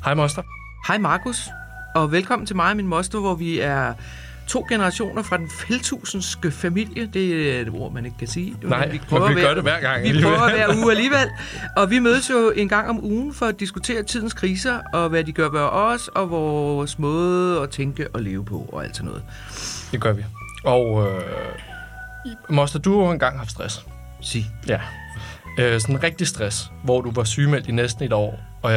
Hej Moster. Hej Markus, og velkommen til mig og min moster, hvor vi er 2 generationer fra den feldtusindske familie. Det er et ord, man ikke kan sige. Nej, vi gør det hver gang. Vi prøver hver uge alligevel. Og vi mødes jo en gang om ugen for at diskutere tidens kriser, og hvad de gør ved os, og vores måde at tænke og leve på, og alt sådan noget. Det gør vi. Og Moster, du har jo engang haft stress. Sig. Ja. Sådan en rigtig stress, hvor du var sygemeldt i næsten et år, og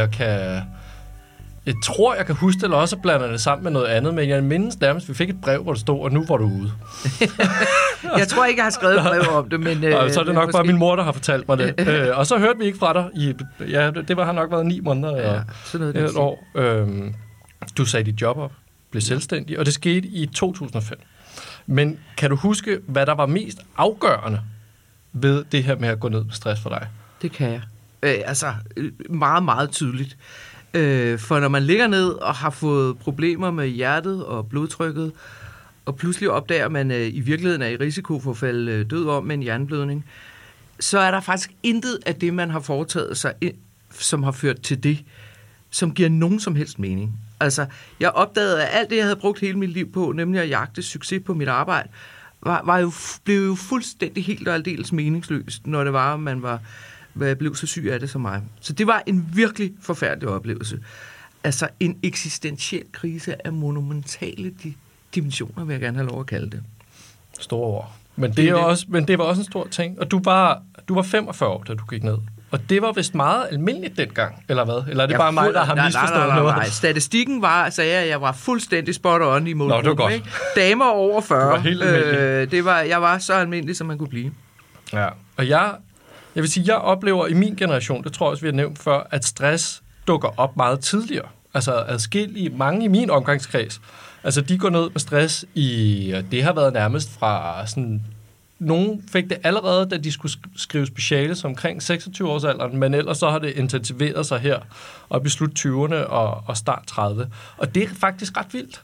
jeg tror, jeg kan huske det, eller også blander det sammen med noget andet, men jeg mindes nærmest, vi fik et brev, hvor det stod, og nu var du ude. Jeg tror ikke, jeg har skrevet brev om det, men... så er det nok måske bare min mor, der har fortalt mig det. Og så hørte vi ikke fra dig. Det har nok været 9 måneder eller sådan noget, et år. Du sagde dit job op, blev selvstændig, og det skete i 2005. Men kan du huske, hvad der var mest afgørende ved det her med at gå ned med stress for dig? Det kan jeg. Meget, meget tydeligt. For når man ligger ned og har fået problemer med hjertet og blodtrykket, og pludselig opdager, at man i virkeligheden er i risiko for at falde død om med en hjerneblødning, så er der faktisk intet af det, man har foretaget sig, som har ført til det, som giver nogen som helst mening. Altså, jeg opdagede, at alt det, jeg havde brugt hele mit liv på, nemlig at jagte succes på mit arbejde, blev jo fuldstændig helt og aldeles meningsløst, når det var, man blev så syg af det som mig. Så det var en virkelig forfærdelig oplevelse. Altså en eksistentiel krise af monumentale dimensioner, vil jeg gerne have lov at kalde det. Store ord. Men det var også en stor ting. Og du var 45 år, da du gik ned. Og det var vist meget almindeligt dengang, eller hvad? Eller er det bare mig, der har misforstået noget? Nej. Statistikken sagde, at jeg var fuldstændig spot on i målgruppen. Nå, det var godt. Ikke? Damer over 40. Det var helt almindeligt. Jeg var så almindelig, som man kunne blive. Ja, og jeg vil sige, jeg oplever i min generation, det tror jeg også, vi har nævnt før, at stress dukker op meget tidligere. Altså mange i min omgangskreds. Altså de går ned med stress det har været nærmest fra sådan... Nogen fik det allerede, da de skulle skrive speciale som omkring 26-årsalderen, men ellers så har det intensiveret sig her op i slut 20'erne og start 30. Og det er faktisk ret vildt.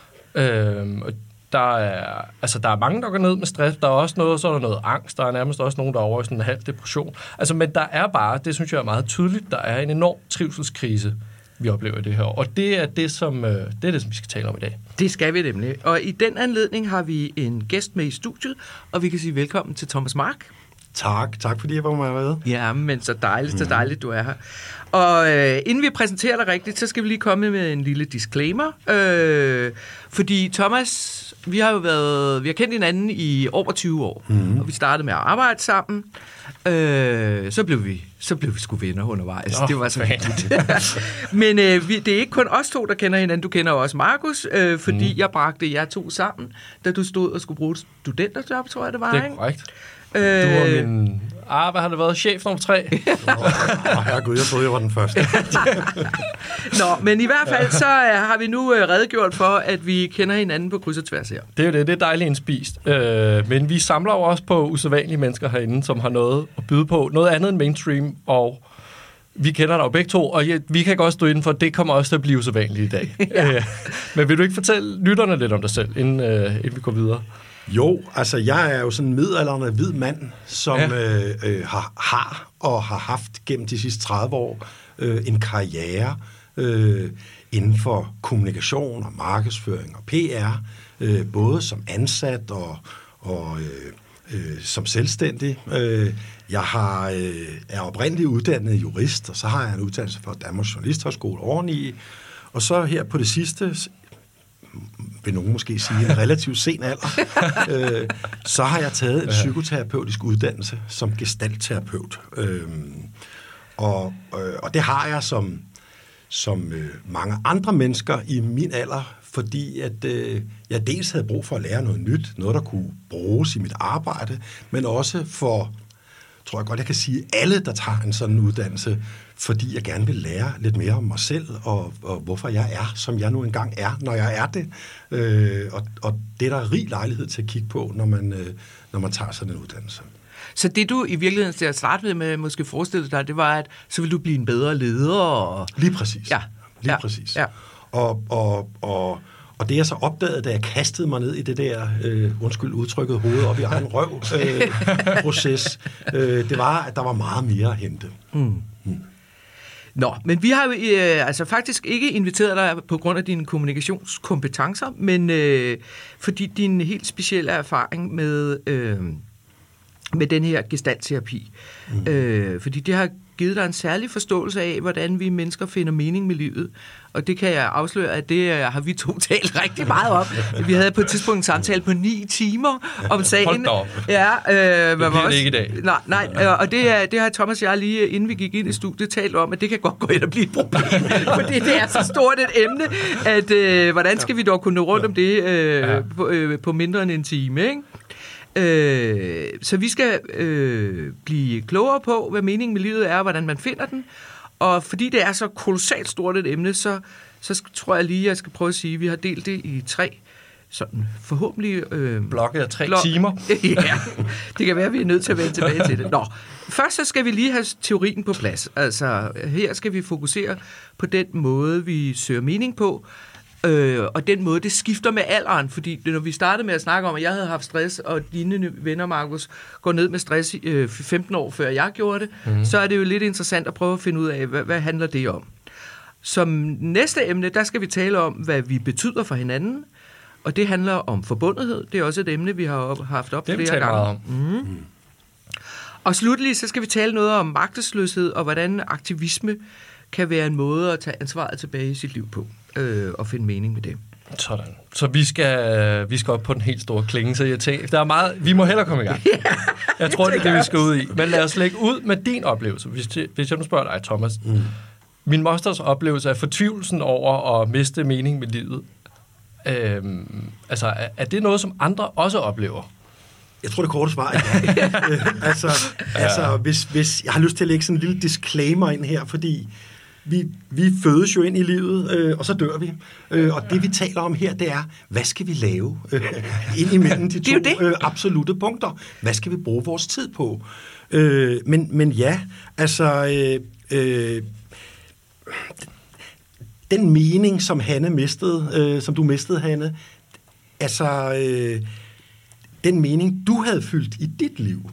Der er mange, der går ned med stress. Der er også noget angst. Der er nærmest også nogen, der er over i sådan en halv depression. Altså, men der er bare, det synes jeg er meget tydeligt, der er en enorm trivselskrise, vi oplever i det her år. Og det er det, som vi skal tale om i dag. Det skal vi nemlig. Og i den anledning har vi en gæst med i studiet, og vi kan sige velkommen til Thomas Mark. Tak fordi jeg var med. Ja, men så dejligt, du er her. Og inden vi præsenterer dig rigtigt, så skal vi lige komme med en lille disclaimer. Fordi Thomas, vi har kendt hinanden i over 20 år, og vi startede med at arbejde sammen. Så blev vi sgu venner undervejs. Det var så hyggeligt. Men det er ikke kun os to, der kender hinanden. Du kender også Markus, fordi jeg bragte jer 2 sammen, da du stod og skulle bruge et studenterjob, tror jeg det var. Det er korrekt. Du var min... hvad har det været? Chef nummer 3? Herregud, jeg troede, jeg var den første. Nå, men i hvert fald så har vi nu redegjort for, at vi kender hinanden på kryds og tværs her. Det er jo det er dejligt indspist. Men vi samler jo også på usædvanlige mennesker herinde, som har noget at byde på. Noget andet end mainstream, og vi kender dig jo begge to, og vi kan godt stå inden for, at det kommer også til at blive usædvanligt i dag. Ja. Men vil du ikke fortælle lytterne lidt om dig selv, inden vi går videre? Jo, altså jeg er jo sådan en midaldrende hvid mand, som har haft gennem de sidste 30 år en karriere inden for kommunikation og markedsføring og PR, både som ansat og som selvstændig. Jeg er oprindeligt uddannet jurist, og så har jeg en uddannelse fra Danmarks Journalisthøjskole oveni, og så her på det sidste, vil nogen måske sige, en relativt sen alder, så har jeg taget en psykoterapeutisk uddannelse som gestaltterapeut. Og det har jeg som mange andre mennesker i min alder, fordi at jeg dels havde brug for at lære noget nyt, noget der kunne bruges i mit arbejde, men også for, tror jeg godt, jeg kan sige, alle, der tager en sådan uddannelse, fordi jeg gerne vil lære lidt mere om mig selv, og hvorfor jeg er, som jeg nu engang er, når jeg er det. Og det er der rig lejlighed til at kigge på, når man tager sådan en uddannelse. Så det du i virkeligheden til at starte med måske forestille dig, det var, at så vil du blive en bedre leder? Og... Lige præcis. Ja. Præcis. Ja. Og det jeg så opdagede, da jeg kastede mig ned i det der, undskyld udtrykket, hoved op i egen røv proces, det var, at der var meget mere at hente. Nå, men vi har jo altså faktisk ikke inviteret dig på grund af dine kommunikationskompetencer, men fordi din helt specielle erfaring med den her gestaltterapi. Fordi det har givet dig en særlig forståelse af, hvordan vi mennesker finder mening med livet. Og det kan jeg afsløre, at det har vi to talt rigtig meget om. Vi havde på et tidspunkt en samtale på 9 timer om sagen. Hold da op. Ja, det bliver det ikke i dag. Nej, og det har Thomas og jeg lige, inden vi gik ind i studiet, talt om, at det kan godt gå ind og blive et problem. Fordi det er så stort et emne, at hvordan skal vi dog kunne nå rundt om det på mindre end en time, ikke? Så vi skal blive klogere på, hvad meningen med livet er, og hvordan man finder den. Og fordi det er så kolossalt stort et emne, så tror jeg lige, jeg skal prøve at sige, at vi har delt det i 3 sådan forhåbentlig... blokke af 3 timer. Ja, det kan være, at vi er nødt til at vende tilbage til det. Nå, først så skal vi lige have teorien på plads. Altså, her skal vi fokusere på den måde, vi søger mening på, og den måde, det skifter med alderen, fordi når vi startede med at snakke om, at jeg havde haft stress, og dine venner, Markus, går ned med stress 15 år før jeg gjorde det, så er det jo lidt interessant at prøve at finde ud af, hvad handler det om. Som næste emne, der skal vi tale om, hvad vi betyder for hinanden, og det handler om forbundethed. Det er også et emne, vi har haft op flere gange. Og slutlig, så skal vi tale noget om magtesløshed, og hvordan aktivisme kan være en måde at tage ansvaret tilbage i sit liv på, og finde mening med det. Sådan. Så vi skal op på den helt store klinge, så jeg tænker, der er meget, vi må hellere komme i gang. Jeg tror, det er det, vi skal ud i. Men lad os lægge ud med din oplevelse. Hvis jeg nu spørger dig, Thomas. Min mosters oplevelse er fortvivlelsen over at miste mening med livet. Altså, er det noget, som andre også oplever? Jeg tror, det korte svar er ja. Hvis jeg har lyst til at lægge sådan en lille disclaimer ind her, fordi vi fødes jo ind i livet, og så dør vi. Og det, vi taler om her, det er, hvad skal vi lave ind imellem de to absolutte punkter? Hvad skal vi bruge vores tid på? Men ja, altså... den mening, som Hanne mistede, som du mistede, Hanne, altså... den mening, du havde fyldt i dit liv,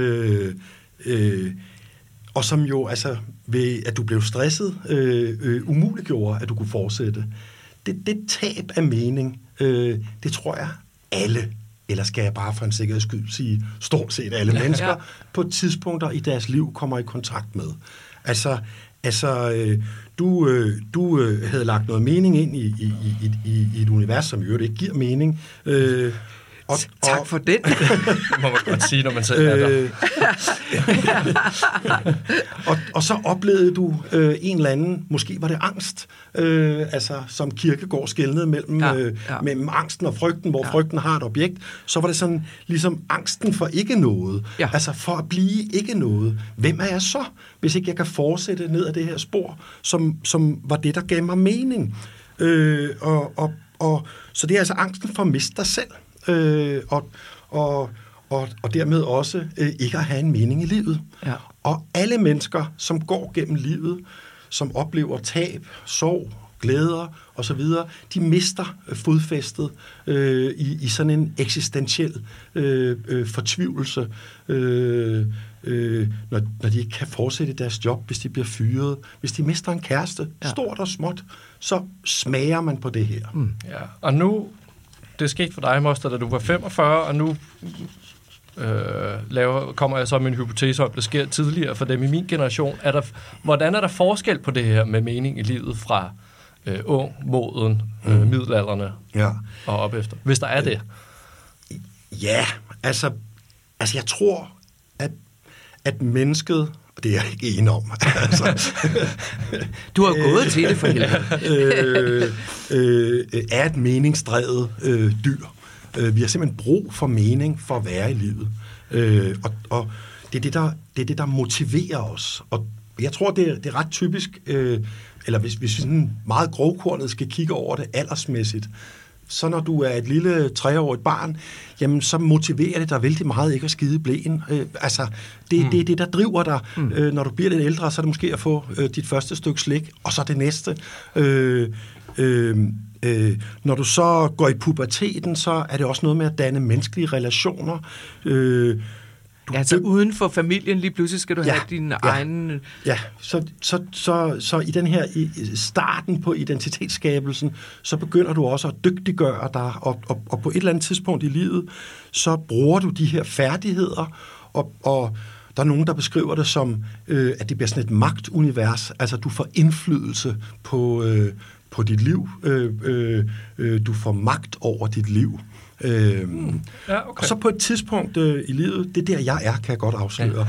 og som jo, altså, ved at du blev stresset, umuliggjorde, at du kunne fortsætte. Det tab af mening, det tror jeg, alle, eller skal jeg bare for en sikkerheds skyld sige, stort set alle mennesker, på tidspunkter i deres liv kommer i kontakt med. Altså du havde lagt noget mening ind i et univers, som jo ikke giver mening, tak for den. må man godt sige, når man selv er der. og så oplevede du en eller anden, måske var det angst, altså som Kierkegaard skelnede mellem angsten og frygten, hvor frygten har et objekt, så var det sådan ligesom angsten for ikke noget. Ja. Altså for at blive ikke noget. Hvem er jeg så, hvis ikke jeg kan fortsætte ned ad det her spor, som var det, der gav mig mening? Så det er altså angsten for at miste dig selv. Og dermed også ikke at have en mening i livet. Ja. Og alle mennesker, som går gennem livet, som oplever tab, sorg, glæder osv., de mister fodfæstet i sådan en eksistentiel fortvivlelse, når de ikke kan fortsætte deres job, hvis de bliver fyret, hvis de mister en kæreste, stort og småt, så smager man på det her. Ja. Og nu... Det skete for dig, Moster, da du var 45, og nu kommer jeg så med en hypotese om, det sker tidligere for dem i min generation. Hvordan er der forskel på det her med mening i livet fra ung, moden, middelalderne og op efter? Hvis der er det. Ja, altså jeg tror, at mennesket... Det er jeg ikke enig om. Du har jo gået til det for helvede. Er et meningsdrevet dyr. Vi har simpelthen brug for mening for at være i livet. Og det er det, der motiverer os. Og jeg tror, det er ret typisk, eller hvis vi sådan meget grovkornet skal kigge over det aldersmæssigt, så når du er et lille 3-årigt barn, jamen så motiverer det dig vældig meget ikke at skide i blæen. Det er det, der driver dig. Når du bliver lidt ældre, så er det måske at få dit første stykke slik, og så det næste. Når du så går i puberteten, så er det også noget med at danne menneskelige relationer. Altså uden for familien lige pludselig skal du have din egen... Ja, så i den her i starten på identitetsskabelsen, så begynder du også at dygtiggøre dig, og på et eller andet tidspunkt i livet, så bruger du de her færdigheder, og der er nogen, der beskriver det som, at det bliver sådan et magtunivers, altså du får indflydelse på dit liv, du får magt over dit liv. Okay. Og så på et tidspunkt i livet, det er der jeg er, kan jeg godt afsløre,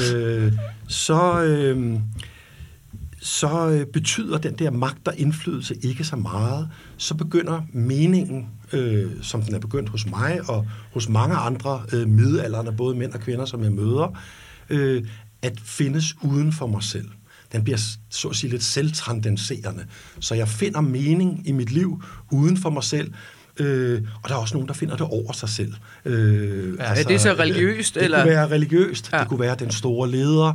så betyder den der magt og indflydelse ikke så meget. Så begynder meningen, som den er begyndt hos mig og hos mange andre midaldrende, både mænd og kvinder, som jeg møder, at findes uden for mig selv. Den bliver så at sige lidt selvtranscenderende. Så jeg finder mening i mit liv uden for mig selv. Og der er også nogen, der finder det over sig selv. Er det så religiøst? Det kunne være religiøst. Ja. Det kunne være den store leder.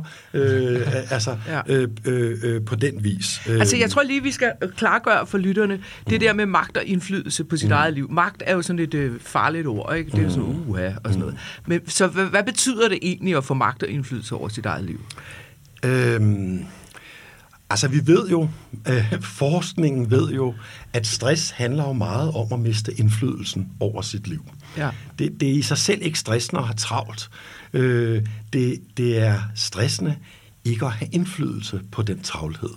På den vis. Altså, jeg tror lige, vi skal klargøre for lytterne det der med magt og indflydelse på sit eget liv. Magt er jo sådan et farligt ord, ikke? Det er jo sådan og sådan noget. Men så hvad betyder det egentlig at få magt og indflydelse over sit eget liv? Altså, vi ved jo, forskningen ved jo, at stress handler jo meget om at miste indflydelsen over sit liv. Ja. Det er i sig selv ikke stressende at have travlt. Det er stressende ikke at have indflydelse på den travlhed.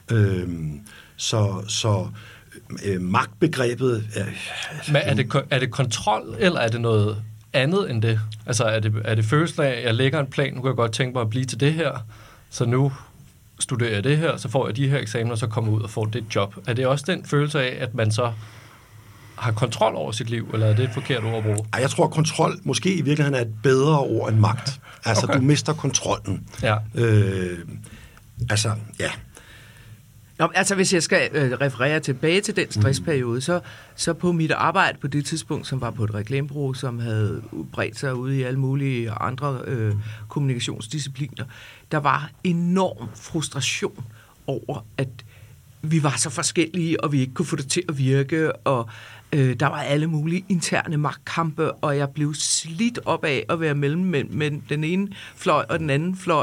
Så magtbegrebet... Men er det kontrol, eller er det noget andet end det? Altså, er det følelsen af, at jeg lægger en plan, nu kan jeg godt tænke mig at blive til det her, så nu studerer jeg det her, så får jeg de her eksamener, så kommer ud og får det job. Er det også den følelse af, at man så har kontrol over sit liv, eller er det et forkert ord at bruge? Jeg tror, at kontrol måske i virkeligheden er et bedre ord end magt. Altså, du mister kontrollen. Ja. Nå, altså, hvis jeg skal referere tilbage til den stressperiode, så på mit arbejde på det tidspunkt, som var på et reklamebureau, som havde bredt sig ude i alle mulige andre kommunikationsdiscipliner, der var enorm frustration over, at vi var så forskellige, og vi ikke kunne få det til at virke, og der var alle mulige interne magtkampe, og jeg blev slidt op af at være mellem den ene fløj og den anden fløj,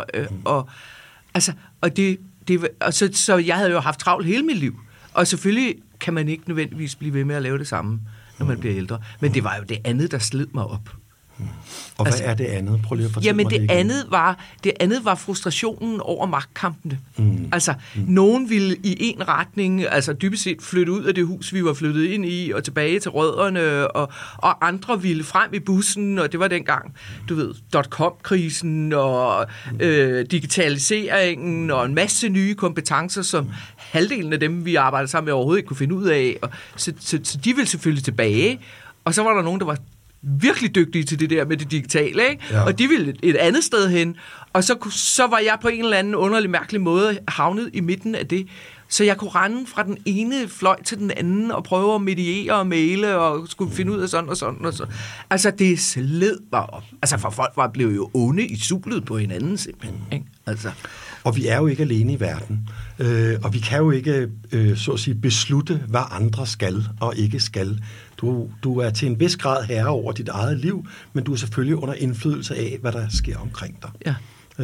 så jeg havde jo haft travlt hele mit liv, og selvfølgelig kan man ikke nødvendigvis blive ved med at lave det samme, når man bliver ældre, men det var jo det andet, der sled mig op. Og hvad er det andet? Prøv lige at fortælle mig det andet var frustrationen over magtkampene. Altså, nogen ville i en retning, altså dybest set flytte ud af det hus, vi var flyttet ind i, og tilbage til rødderne, og andre ville frem i bussen, og det var dengang, du ved, .com-krisen, og digitaliseringen, og en masse nye kompetencer, som halvdelen af dem, vi arbejdede sammen med, overhovedet ikke kunne finde ud af. Og så de ville selvfølgelig tilbage, og så var der nogen, der var virkelig dygtige til det der med det digitale, ikke? Ja. Og de ville et andet sted hen, og så var jeg på en eller anden underlig, mærkelig måde havnet i midten af det, så jeg kunne rende fra den ene fløj til den anden, og prøve at mediere og maile, og skulle finde ud af sådan og sådan og sådan. Altså, det sled var op. Altså, for folk blev jo onde i sulet på hinanden, simpelthen, ikke? Altså. Og vi er jo ikke alene i verden, og vi kan jo ikke, så at sige, beslutte, hvad andre skal og ikke skal. Du er til en vis grad herre over dit eget liv, men du er selvfølgelig under indflydelse af, hvad der sker omkring dig. Ja.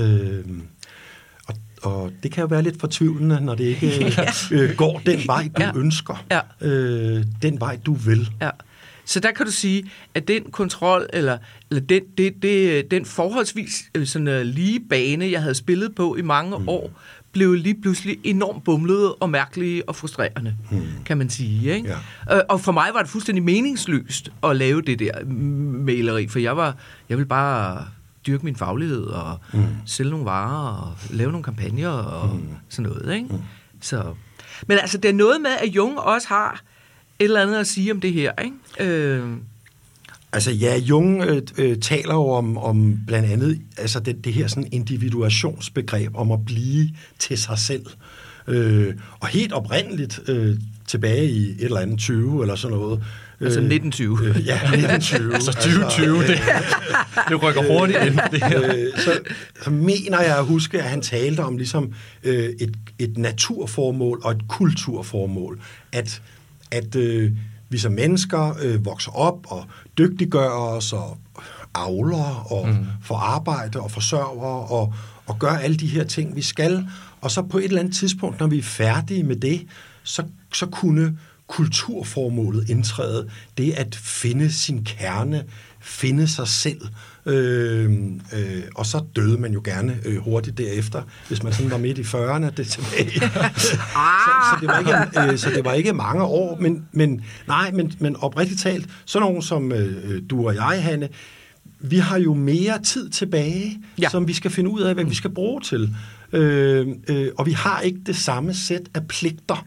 Og det kan jo være lidt fortvivlende, når det ikke går den vej, du ønsker. Ja. Den vej, du vil. Ja. Så der kan du sige, at den kontrol, eller den forholdsvis sådan lige bane, jeg havde spillet på i mange år, blev lige pludselig enormt bumlede og mærkelige og frustrerende, kan man sige. Ikke? Ja. Og for mig var det fuldstændig meningsløst at lave det der maleri, for jeg ville bare dyrke min faglighed og sælge nogle varer og lave nogle kampagner og sådan noget. Ikke? Så. Men altså, det er noget med, at Jung også har et eller andet at sige om det her, ikke? Altså ja, Jung taler jo om blandt andet altså det her sådan individuationsbegreb om at blive til sig selv. Og helt oprindeligt tilbage i et eller andet 20 eller sådan noget. Altså 1920. Ja, 1920. Altså 2020, det rykker hurtigt ind. Det her. Så mener jeg at huske, at han talte om ligesom et naturformål og et kulturformål. At vi som mennesker vokser op og dygtiggør os avler og får arbejde og forsørger og gør alle de her ting, vi skal. Og så på et eller andet tidspunkt, når vi er færdige med det, så kunne kulturformålet indtræde. Det at finde sin kerne, finde sig selv. Og så døde man jo gerne hurtigt derefter, hvis man sådan var midt i 40'erne, det tilbage. så det var ikke mange år, men oprigtigt talt, sådan nogen som du og jeg, Hanne, vi har jo mere tid tilbage, som vi skal finde ud af, hvad vi skal bruge til. Og vi har ikke det samme sæt af pligter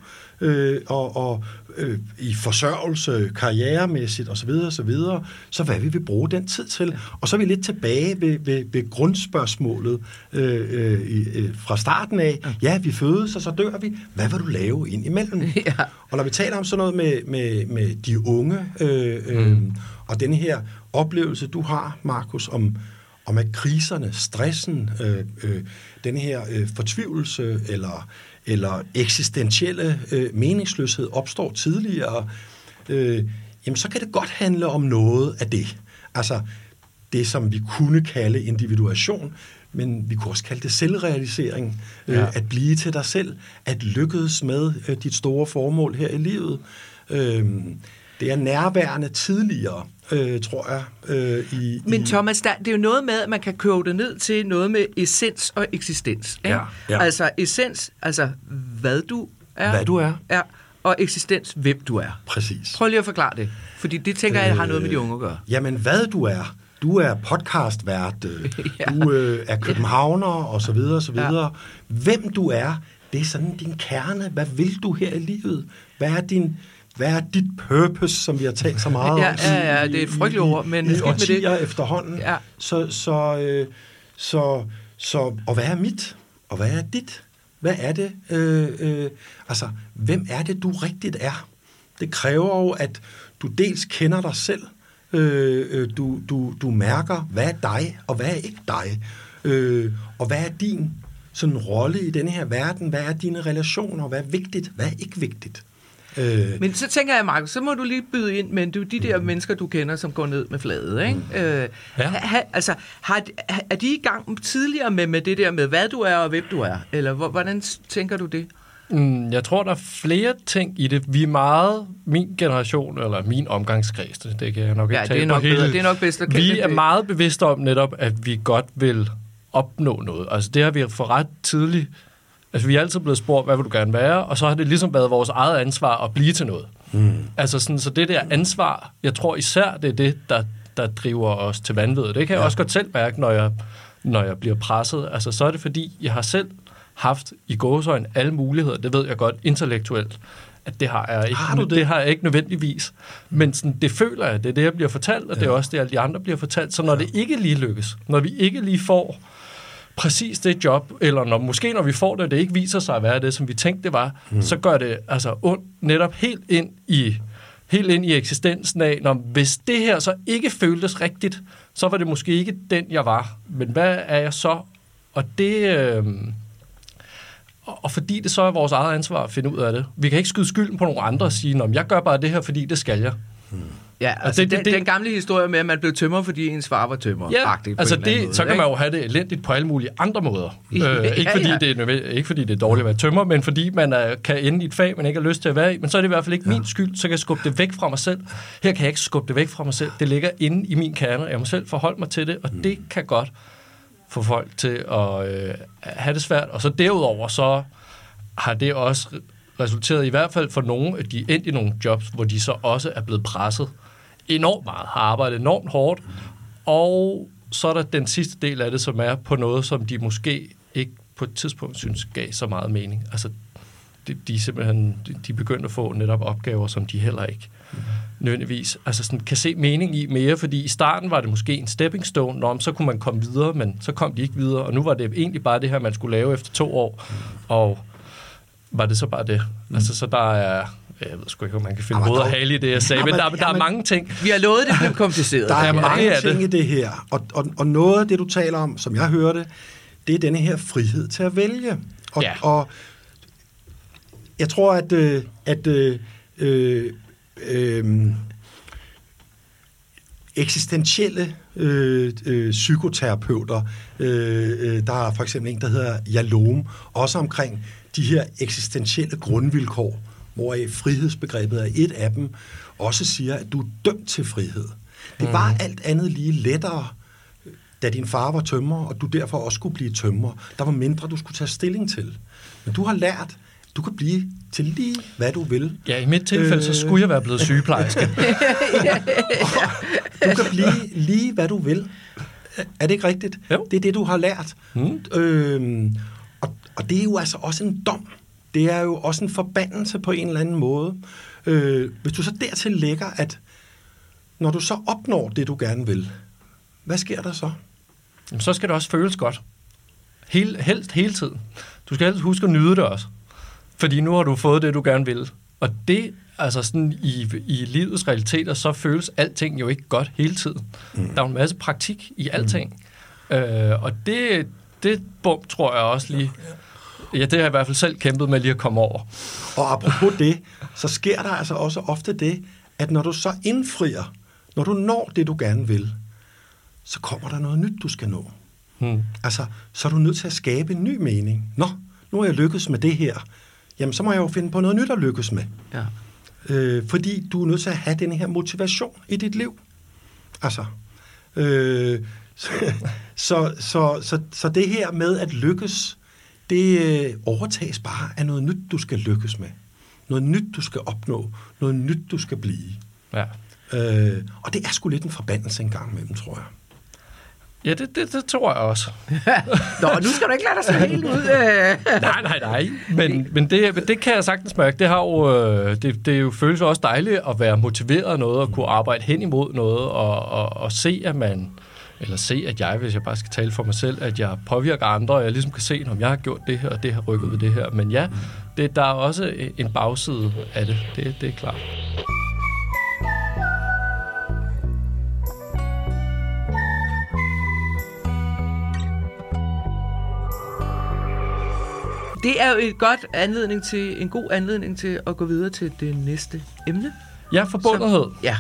i forsørgelse, karrieremæssigt osv. Så hvad vil vi bruge den tid til? Og så er vi lidt tilbage ved grundspørgsmålet fra starten af. Ja, vi fødes, og så dør vi. Hvad vil du lave ind imellem? Ja. Og når vi taler om sådan noget med de unge, og den her oplevelse, du har, Markus, om at kriserne, stressen, den her fortvivlelse eller eksistentielle meningsløshed opstår tidligere, jamen så kan det godt handle om noget af det. Altså det, som vi kunne kalde individuation, men vi kunne også kalde det selvrealisering. At blive til dig selv, at lykkes med dit store formål her i livet. Det er nærværende tidligere, tror jeg. Men Thomas, det er jo noget med, at man kan købe det ned til noget med essens og eksistens. Ikke? Ja. Altså essens, altså hvad du er. Hvad du er. Ja, og eksistens, hvem du er. Præcis. Prøv lige at forklare det, fordi det tænker jeg har noget med de unge at gøre. Jamen, hvad du er. Du er podcastvært, du er københavner, og så videre, og så videre. Ja. Hvem du er, det er sådan din kerne. Hvad vil du her i livet? Hvad er dit purpose, som vi har talt så meget om? Ja, det er et frygteligt ord, men i årtier efterhånden. Ja. Og hvad er mit? Og hvad er dit? Hvad er det? Altså, hvem er det, du rigtigt er? Det kræver jo, at du dels kender dig selv, du mærker, hvad er dig, og hvad er ikke dig? Og hvad er din sådan rolle i denne her verden? Hvad er dine relationer? Hvad er vigtigt? Hvad er ikke vigtigt? Men så tænker jeg, Markus, så må du lige byde ind, men det er jo de der mennesker, du kender, som går ned med fladet, ikke? Er de i gang tidligere med det der med, hvad du er og hvem du er? Eller hvordan tænker du det? Jeg tror, der er flere ting i det. Vi er meget, min generation, eller min omgangskreds, det kan jeg nok ikke tale på hele. Det er nok bedst at kende. Vi er meget bevidste om netop, at vi godt vil opnå noget. Altså det har vi for ret tidligt. Altså vi er altid blevet spurgt, hvad vil du gerne være? Og så har det ligesom været vores eget ansvar at blive til noget. Altså sådan, så det der ansvar, jeg tror især, det er det, der driver os til vanvid. Det kan jeg også godt selv mærke, når jeg bliver presset. Altså så er det fordi, jeg har selv haft i gåseøjne alle muligheder. Det ved jeg godt intellektuelt, at det har jeg ikke. Det har jeg ikke nødvendigvis. Men sådan, det føler jeg, det er det, jeg bliver fortalt, og det er også det, alle de andre bliver fortalt. Så når det ikke lige lykkes, når vi ikke lige får præcis det job, eller når vi får det, og det ikke viser sig at være det, som vi tænkte det var, så gør det altså ondt netop helt ind i eksistensen af, når hvis det her så ikke føltes rigtigt, så var det måske ikke den, jeg var. Men hvad er jeg så? Og det... Og fordi det så er vores eget ansvar at finde ud af det. Vi kan ikke skyde skylden på nogle andre og sige, jeg gør bare det her, fordi det skal jeg. Ja, altså den gamle historie med, at man blev tømmer, fordi ens far var tømmer. Ja, altså så kan man jo have det elendigt på alle mulige andre måder. Ikke fordi det er dårligt at være tømmer, men fordi man kan ende i et fag, man ikke har lyst til at være i. Men så er det i hvert fald ikke min skyld, så kan jeg skubbe det væk fra mig selv. Her kan jeg ikke skubbe det væk fra mig selv. Det ligger inde i min kerne, og jeg må selv forholde mig til det, og det kan godt få folk til at have det svært. Og så derudover, så har det også resulteret i hvert fald for nogle, at de er endt i nogle jobs, hvor de så også er blevet presset enormt meget, har arbejdet enormt hårdt, og så er der den sidste del af det, som er på noget, som de måske ikke på et tidspunkt synes gav så meget mening. Altså, de simpelthen, de begyndte at få netop opgaver, som de heller ikke nødvendigvis altså sådan, kan se mening i mere, fordi i starten var det måske en stepping stone, så kunne man komme videre, men så kom de ikke videre, og nu var det egentlig bare det her, man skulle lave efter 2 år, og var det så bare det. Altså, så der er... Jeg ved sgu ikke, om man kan finde hoved og hale i det, jeg sagde, men der er mange ting. Vi har lovet, det bliver kompliceret. Der er mange ting i det her, og noget af det, du taler om, som jeg hørte, det er denne her frihed til at vælge. Og jeg tror, at eksistentielle psykoterapeuter. Der er for eksempel en, der hedder Yalom, også omkring de her eksistentielle grundvilkår, hvoraf frihedsbegrebet er et af dem, også siger, at du er dømt til frihed. Det var alt andet lige lettere, da din far var tømrer, og du derfor også skulle blive tømrer. Der var mindre, du skulle tage stilling til. Men du har lært, du kan blive til lige, hvad du vil. Ja, i mit tilfælde, så skulle jeg være blevet sygeplejerske. Du kan blive lige, hvad du vil. Er det ikke rigtigt? Jo. Det er det, du har lært. Og det er jo altså også en dom. Det er jo også en forbandelse på en eller anden måde. Hvis du så dertil lægger, at når du så opnår det, du gerne vil, hvad sker der så? Jamen, så skal det også føles godt. Helst hele tiden. Du skal helst huske at nyde det også. Fordi nu har du fået det, du gerne vil. Og det, altså sådan i livets realiteter, så føles alting jo ikke godt hele tiden. Der er jo en masse praktik i alting. Og det bump, tror jeg også lige... Ja, det har jeg i hvert fald selv kæmpet med lige at komme over. Og apropos det, så sker der altså også ofte det, at når du så indfrier, når du når det, du gerne vil, så kommer der noget nyt, du skal nå. Altså, så er du nødt til at skabe en ny mening. Nå, nu har jeg lykkes med det her. Jamen, så må jeg jo finde på noget nyt at lykkes med. Ja. Fordi du er nødt til at have den her motivation i dit liv. Altså, så det her med at lykkes, det overtages bare af noget nyt, du skal lykkes med. Noget nyt, du skal opnå. Noget nyt, du skal blive. Ja. Og det er sgu lidt en forbandelse en gang imellem, tror jeg. Ja, det tror jeg også. Nå, nu skal du ikke lade dig så helt ud. Nej. Men det kan jeg sagtens mærke. Det har jo, det jo føles også dejligt at være motiveret af noget, og kunne arbejde hen imod noget, og se, at man... Eller se, at jeg, hvis jeg bare skal tale for mig selv, at jeg påvirker andre, og jeg ligesom kan se, om jeg har gjort det her, og det har rykket ved det her. Men ja, der er også en bagside af det. Det er klart. Det er jo en god anledning til at gå videre til det næste emne. Ja, forbundethed. Ja.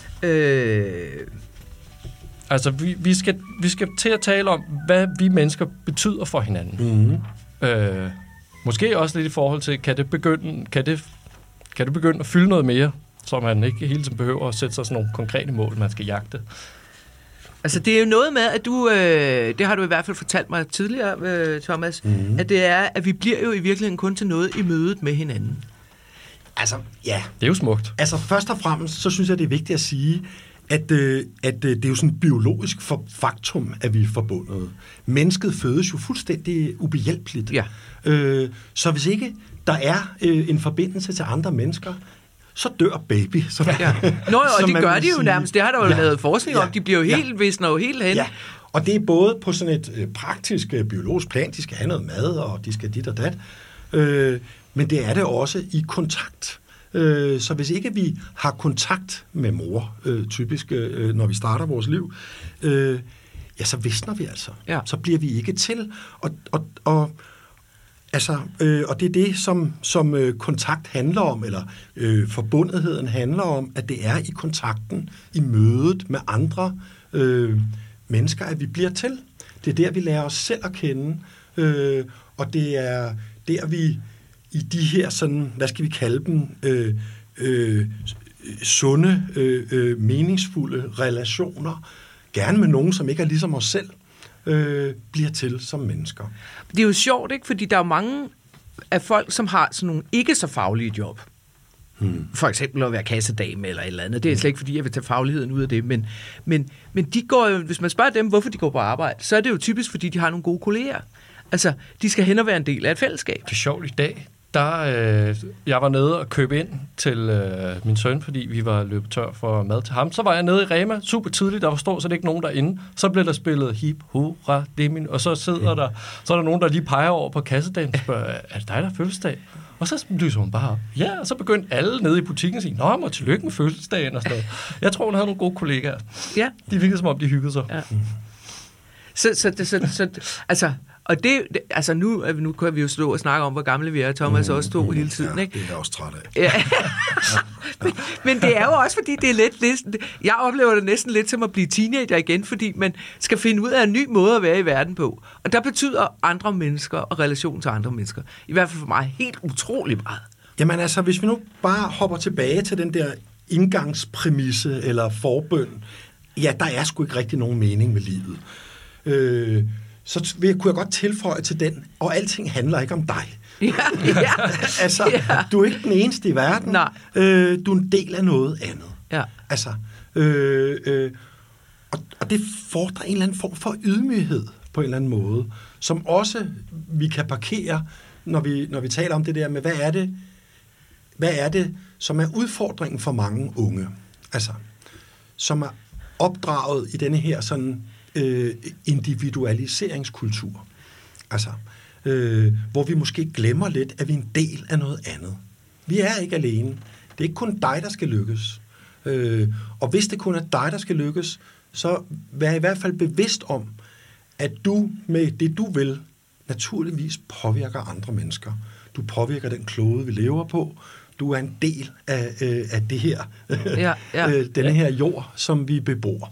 Altså, vi skal til at tale om, hvad vi mennesker betyder for hinanden. Måske også lidt i forhold til, kan det begynde at fylde noget mere, så man ikke hele tiden behøver at sætte sig sådan nogle konkrete mål, man skal jagte. Altså, det er jo noget med, at du, det har du i hvert fald fortalt mig tidligere, Thomas, at det er, at vi bliver jo i virkeligheden kun til noget i mødet med hinanden. Altså, ja. Det er jo smukt. Altså, først og fremmest, så synes jeg, det er vigtigt at sige, at det er jo sådan et biologisk faktum, at vi er forbundet. Mennesket fødes jo fuldstændig ubehjælpeligt. Ja. Så hvis ikke der er en forbindelse til andre mennesker, så dør baby. Ja. Nå, og det gør de jo nærmest. Det har der jo lavet forskning om. De bliver jo helt visner jo helt hen. Ja. Og det er både på sådan et praktisk, biologisk plan. De skal have noget mad, og de skal dit og dat. Men det er det også i kontakt. Så hvis ikke vi har kontakt med mor, typisk, når vi starter vores liv, ja, så visner vi altså. Ja. Så bliver vi ikke til. Og det er det, som kontakt handler om, eller forbundetheden handler om, at det er i kontakten, i mødet med andre mennesker, at vi bliver til. Det er der, vi lærer os selv at kende, og det er der, vi i de her sådan, hvad skal vi kalde dem, sunde, meningsfulde relationer, gerne med nogen, som ikke er ligesom os selv, bliver til som mennesker. Det er jo sjovt, ikke? Fordi der er mange af folk, som har sådan nogle ikke så faglige job. For eksempel at være kassedame eller et eller andet. Det er slet ikke, fordi jeg vil tage fagligheden ud af det. Men de går jo, hvis man spørger dem, hvorfor de går på arbejde, så er det jo typisk, fordi de har nogle gode kolleger. Altså, de skal hen og være en del af et fællesskab. Det er sjovt i dag. Jeg var nede og købe ind til min søn, fordi vi var løbet tør for mad til ham. Så var jeg nede i Rema super tidligt, der var stort set ikke nogen derinde. Så blev der spillet hip, hurra, demin, og så er der nogen, der lige peger over på kassedagen og spørger, er det dig, der har fødselsdag? Og så lyser hun bare op. Ja, og så begyndte alle nede i butikken at sige, nå, må tillykke med fødselsdagen og sådan noget. Jeg tror, hun havde nogle gode kollegaer. Ja. De virkede som om, de hyggede sig. Ja. Så altså... Og altså nu kan vi jo stå og snakke om, hvor gamle vi er. Thomas også stod hele tiden, ikke? Det er jeg også træt af. Ja. Men det er jo også, fordi det er lidt... Jeg oplever det næsten lidt som at blive teenager igen, fordi man skal finde ud af en ny måde at være i verden på. Og der betyder andre mennesker og relation til andre mennesker, i hvert fald for mig, helt utrolig meget. Jamen altså, hvis vi nu bare hopper tilbage til den der indgangspræmisse eller forbøn, ja, der er sgu ikke rigtig nogen mening med livet. Så kunne jeg godt tilføje til den, og alting handler ikke om dig. Ja. Altså, du er ikke den eneste i verden. Nej. Du er en del af noget andet. Ja. Altså, og det fordrer en eller anden form for ydmyghed på en eller anden måde, som også vi kan parkere, når vi taler om det der med, hvad er det, som er udfordringen for mange unge, altså, som er opdraget i denne her sådan individualiseringskultur. Altså, hvor vi måske glemmer lidt, at vi er en del af noget andet. Vi er ikke alene. Det er ikke kun dig, der skal lykkes. Og hvis det kun er dig, der skal lykkes, så vær i hvert fald bevidst om, at du med det, du vil, naturligvis påvirker andre mennesker. Du påvirker den klode, vi lever på. Du er en del af det her, denne her jord, som vi bebor.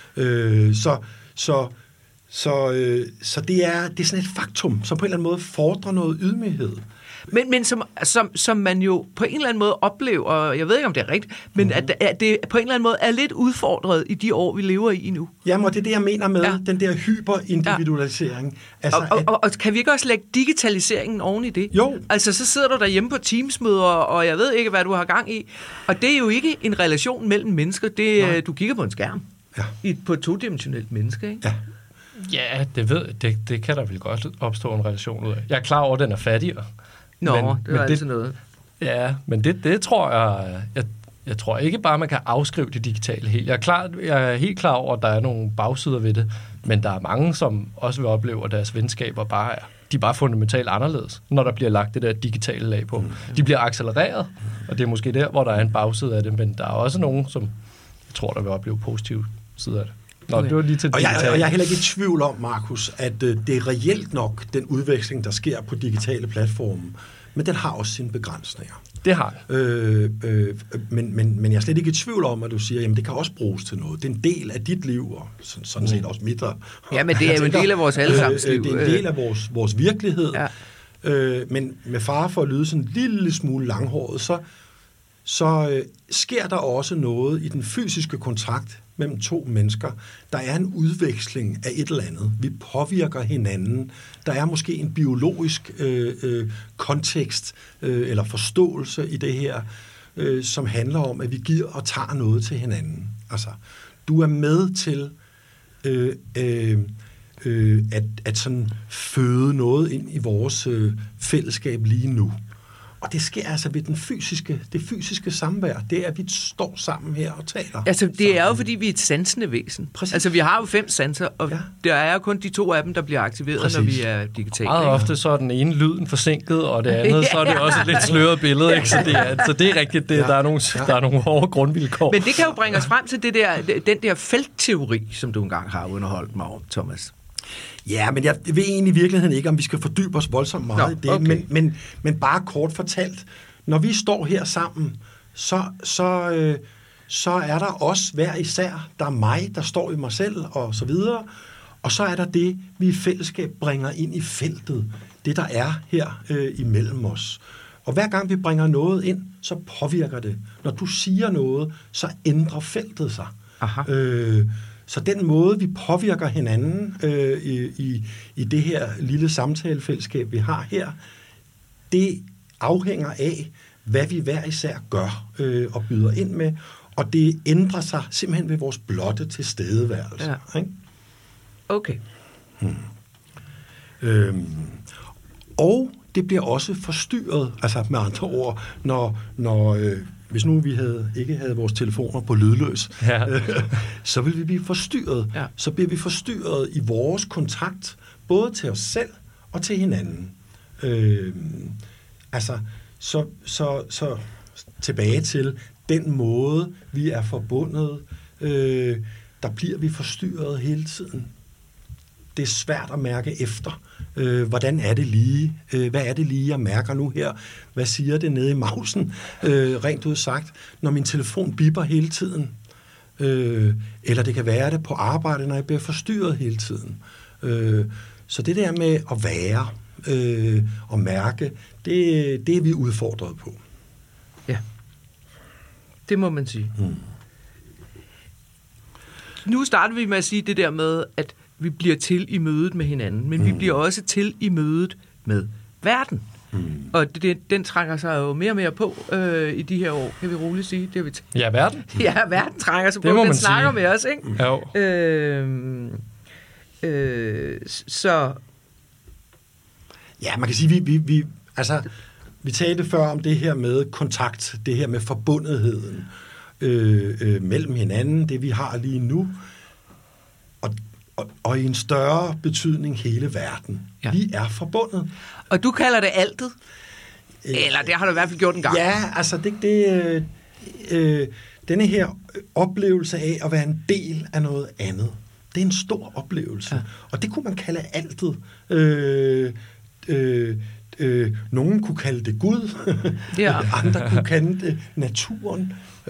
Så det er sådan et faktum, som på en eller anden måde fordrer noget ydmyghed. Men som man jo på en eller anden måde oplever, og jeg ved ikke, om det er rigtigt, men at det på en eller anden måde er lidt udfordret i de år, vi lever i nu. Jamen, og det er det, jeg mener med den der hyperindividualisering. Altså, og kan vi ikke også lægge digitaliseringen oven i det? Jo. Altså, så sidder du derhjemme på Teams-møder, og jeg ved ikke, hvad du har gang i. Og det er jo ikke en relation mellem mennesker. Du kigger på en skærm. Ja. På et todimensionelt menneske, ikke? Ja. Ja, det kan der vel godt opstå en relation ud af. Jeg er klar over, at den er fattigere. Nå, det er altid noget. Ja, men det tror jeg tror ikke bare, man kan afskrive det digitale helt. Jeg er helt klar over, at der er nogle bagsider ved det, men der er mange, som også vil opleve, at deres venskaber de er bare fundamentalt anderledes, når der bliver lagt det der digitale lag på. De bliver accelereret, og det er måske der, hvor der er en bagside af det, men der er også nogen, som jeg tror, der vil opleve positive sider af det. Nå, okay. Det var lige til og jeg er heller ikke i tvivl om, Markus, at det er reelt nok den udveksling, der sker på digitale platforme, men den har også sine begrænsninger. Det har men jeg er slet ikke i tvivl om, at du siger, jamen det kan også bruges til noget. Det er en del af dit liv, og sådan set også mit. Ja, men det er jo en del af vores allesammens liv. Det er en del af vores virkelighed. Ja. Men med fare for at lyde sådan en lille smule langhåret, så sker der også noget i den fysiske kontakt mellem to mennesker. Der er en udveksling af et eller andet. Vi påvirker hinanden. Der er måske en biologisk kontekst eller forståelse i det her, som handler om, at vi giver og tager noget til hinanden. Altså, du er med til at sådan føde noget ind i vores fællesskab lige nu. Og det sker altså ved det fysiske samvær. Det er, at vi står sammen her og taler. Altså, det er jo, fordi vi er et sansende væsen. Præcis. Altså, vi har jo 5 sanser, og der er jo kun de 2 af dem, der bliver aktiveret, når vi er digitale. Meget ofte så er den ene lyden forsinket, og det andet, så er det også et lidt sløret billede. Ikke? Så det er rigtigt, der er nogle hårde grundvilkår. Men det kan jo bringe os frem til den der feltteori, som du engang har underholdt mig om, Thomas. Ja, men jeg ved egentlig i virkeligheden ikke, om vi skal fordybe os voldsomt meget i det, okay. men bare kort fortalt, når vi står her sammen, så er der os hver især. Der er mig, der står i mig selv, og så videre. Og så er der det, vi i fællesskab bringer ind i feltet. Det, der er her imellem os. Og hver gang vi bringer noget ind, så påvirker det. Når du siger noget, så ændrer feltet sig. Så den måde, vi påvirker hinanden i det her lille samtalefællesskab, vi har her, det afhænger af, hvad vi hver især gør og byder ind med, og det ændrer sig simpelthen ved vores blotte tilstedeværelse. Ja. Ikke? Okay. Og det bliver også forstyrret, altså med andre ord, når hvis nu vi ikke havde vores telefoner på lydløs, så vil vi blive forstyrret. Ja. Så bliver vi forstyrret i vores kontakt, både til os selv og til hinanden. Så tilbage til den måde, vi er forbundet, der bliver vi forstyrret hele tiden. det er svært at mærke efter. Hvordan er det lige? Hvad er det lige, jeg mærker nu her? Hvad siger det nede i mausen? Rent ud sagt, når min telefon bipper hele tiden. Eller det kan være det på arbejde, når jeg bliver forstyrret hele tiden. Så det der med at være og mærke, det er vi udfordret på. Ja, det må man sige. Nu starter vi med at sige det der med, at vi bliver til i mødet med hinanden, men vi bliver også til i mødet med verden. Og den trænger sig jo mere og mere på i de her år, kan vi roligt sige. Det har vi ja, verden. Ja, verden trænger sig på. Den snakker med os, ikke? Jo. Så... Ja, man kan sige, vi talte før om det her med kontakt, det her med forbundetheden mellem hinanden, det vi har lige nu, og i en større betydning hele verden. Ja. Vi er forbundet. Og du kalder det altet? Eller det har du i hvert fald gjort en gang. Ja, altså denne her oplevelse af at være en del af noget andet, det er en stor oplevelse. Ja. Og det kunne man kalde altet. Nogen kunne kalde det Gud, ja. Andre kunne kalde det naturen.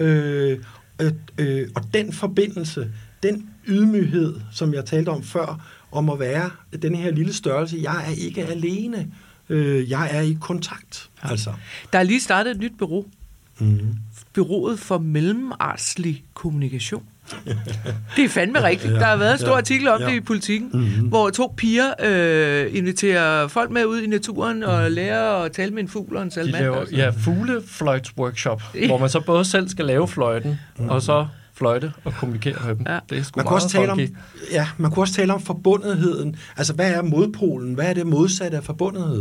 Og den forbindelse, den ydmyghed, som jeg talte om før, om at være den her lille størrelse, jeg er ikke alene. Jeg er i kontakt. Ja. Altså. Der er lige startet et nyt bureau. Bureauet for mellemartslig kommunikation. Det er fandme rigtigt. Der har været en stor artikel om det i Politikken, hvor 2 piger inviterer folk med ud i naturen og lærer at tale med en fugl og en salamander. fuglefløjtsworkshop, hvor man så både selv skal lave fløjten, og så fløjte og kommunikere med dem. Ja. Det er sgu man kunne også tale om forbundetheden. Altså, hvad er modpolen? Hvad er det modsatte af forbundethed?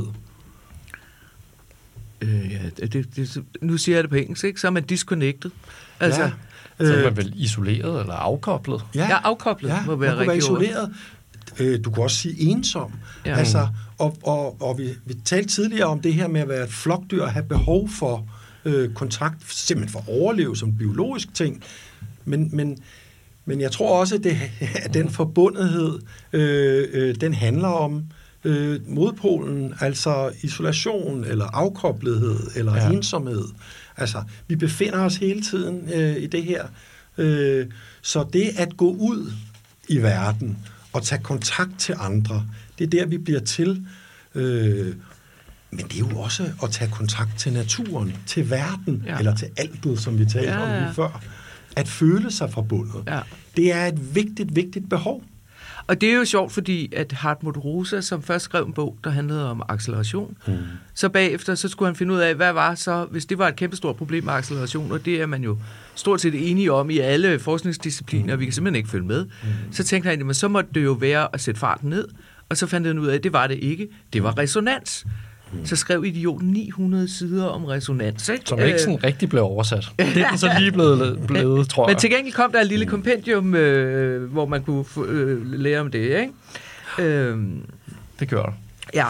Nu siger jeg det på engelsk, ikke? Så er man disconnected. Altså, ja. Så er man vel isoleret eller afkoblet? Ja, afkoblet må være rigtig isoleret. Du kan også sige ensom. Ja. Altså, og vi talte tidligere om det her med at være et flokdyr og have behov for kontakt, simpelthen for at overleve som biologisk ting. Men jeg tror også, at den forbundethed, den handler om modpolen, altså isolation, eller afkoblethed, eller ensomhed. Altså, vi befinder os hele tiden i det her. Så det at gå ud i verden og tage kontakt til andre, det er der, vi bliver til. Men det er jo også at tage kontakt til naturen, til verden, eller til altet, som vi talte om lige før. At føle sig forbundet. Ja. Det er et vigtigt behov. Og det er jo sjovt, fordi at Hartmut Rosa, som først skrev en bog, der handlede om acceleration, så bagefter så skulle han finde ud af, hvad var så, hvis det var et kæmpestort problem med acceleration, og det er man jo stort set enige om i alle forskningsdiscipliner, og vi kan simpelthen ikke følge med, så tænkte han, at så måtte det jo være at sætte farten ned, og så fandt han ud af, at det var det ikke. Det var resonans. Så skrev idioten 900 sider om resonans. Ikke? Som ikke sådan rigtig blev oversat. Det er den så lige blevet, tror jeg. Men til gengæld kom der et lille kompendium, hvor man kunne lære om det, ikke? Det gør det. Ja,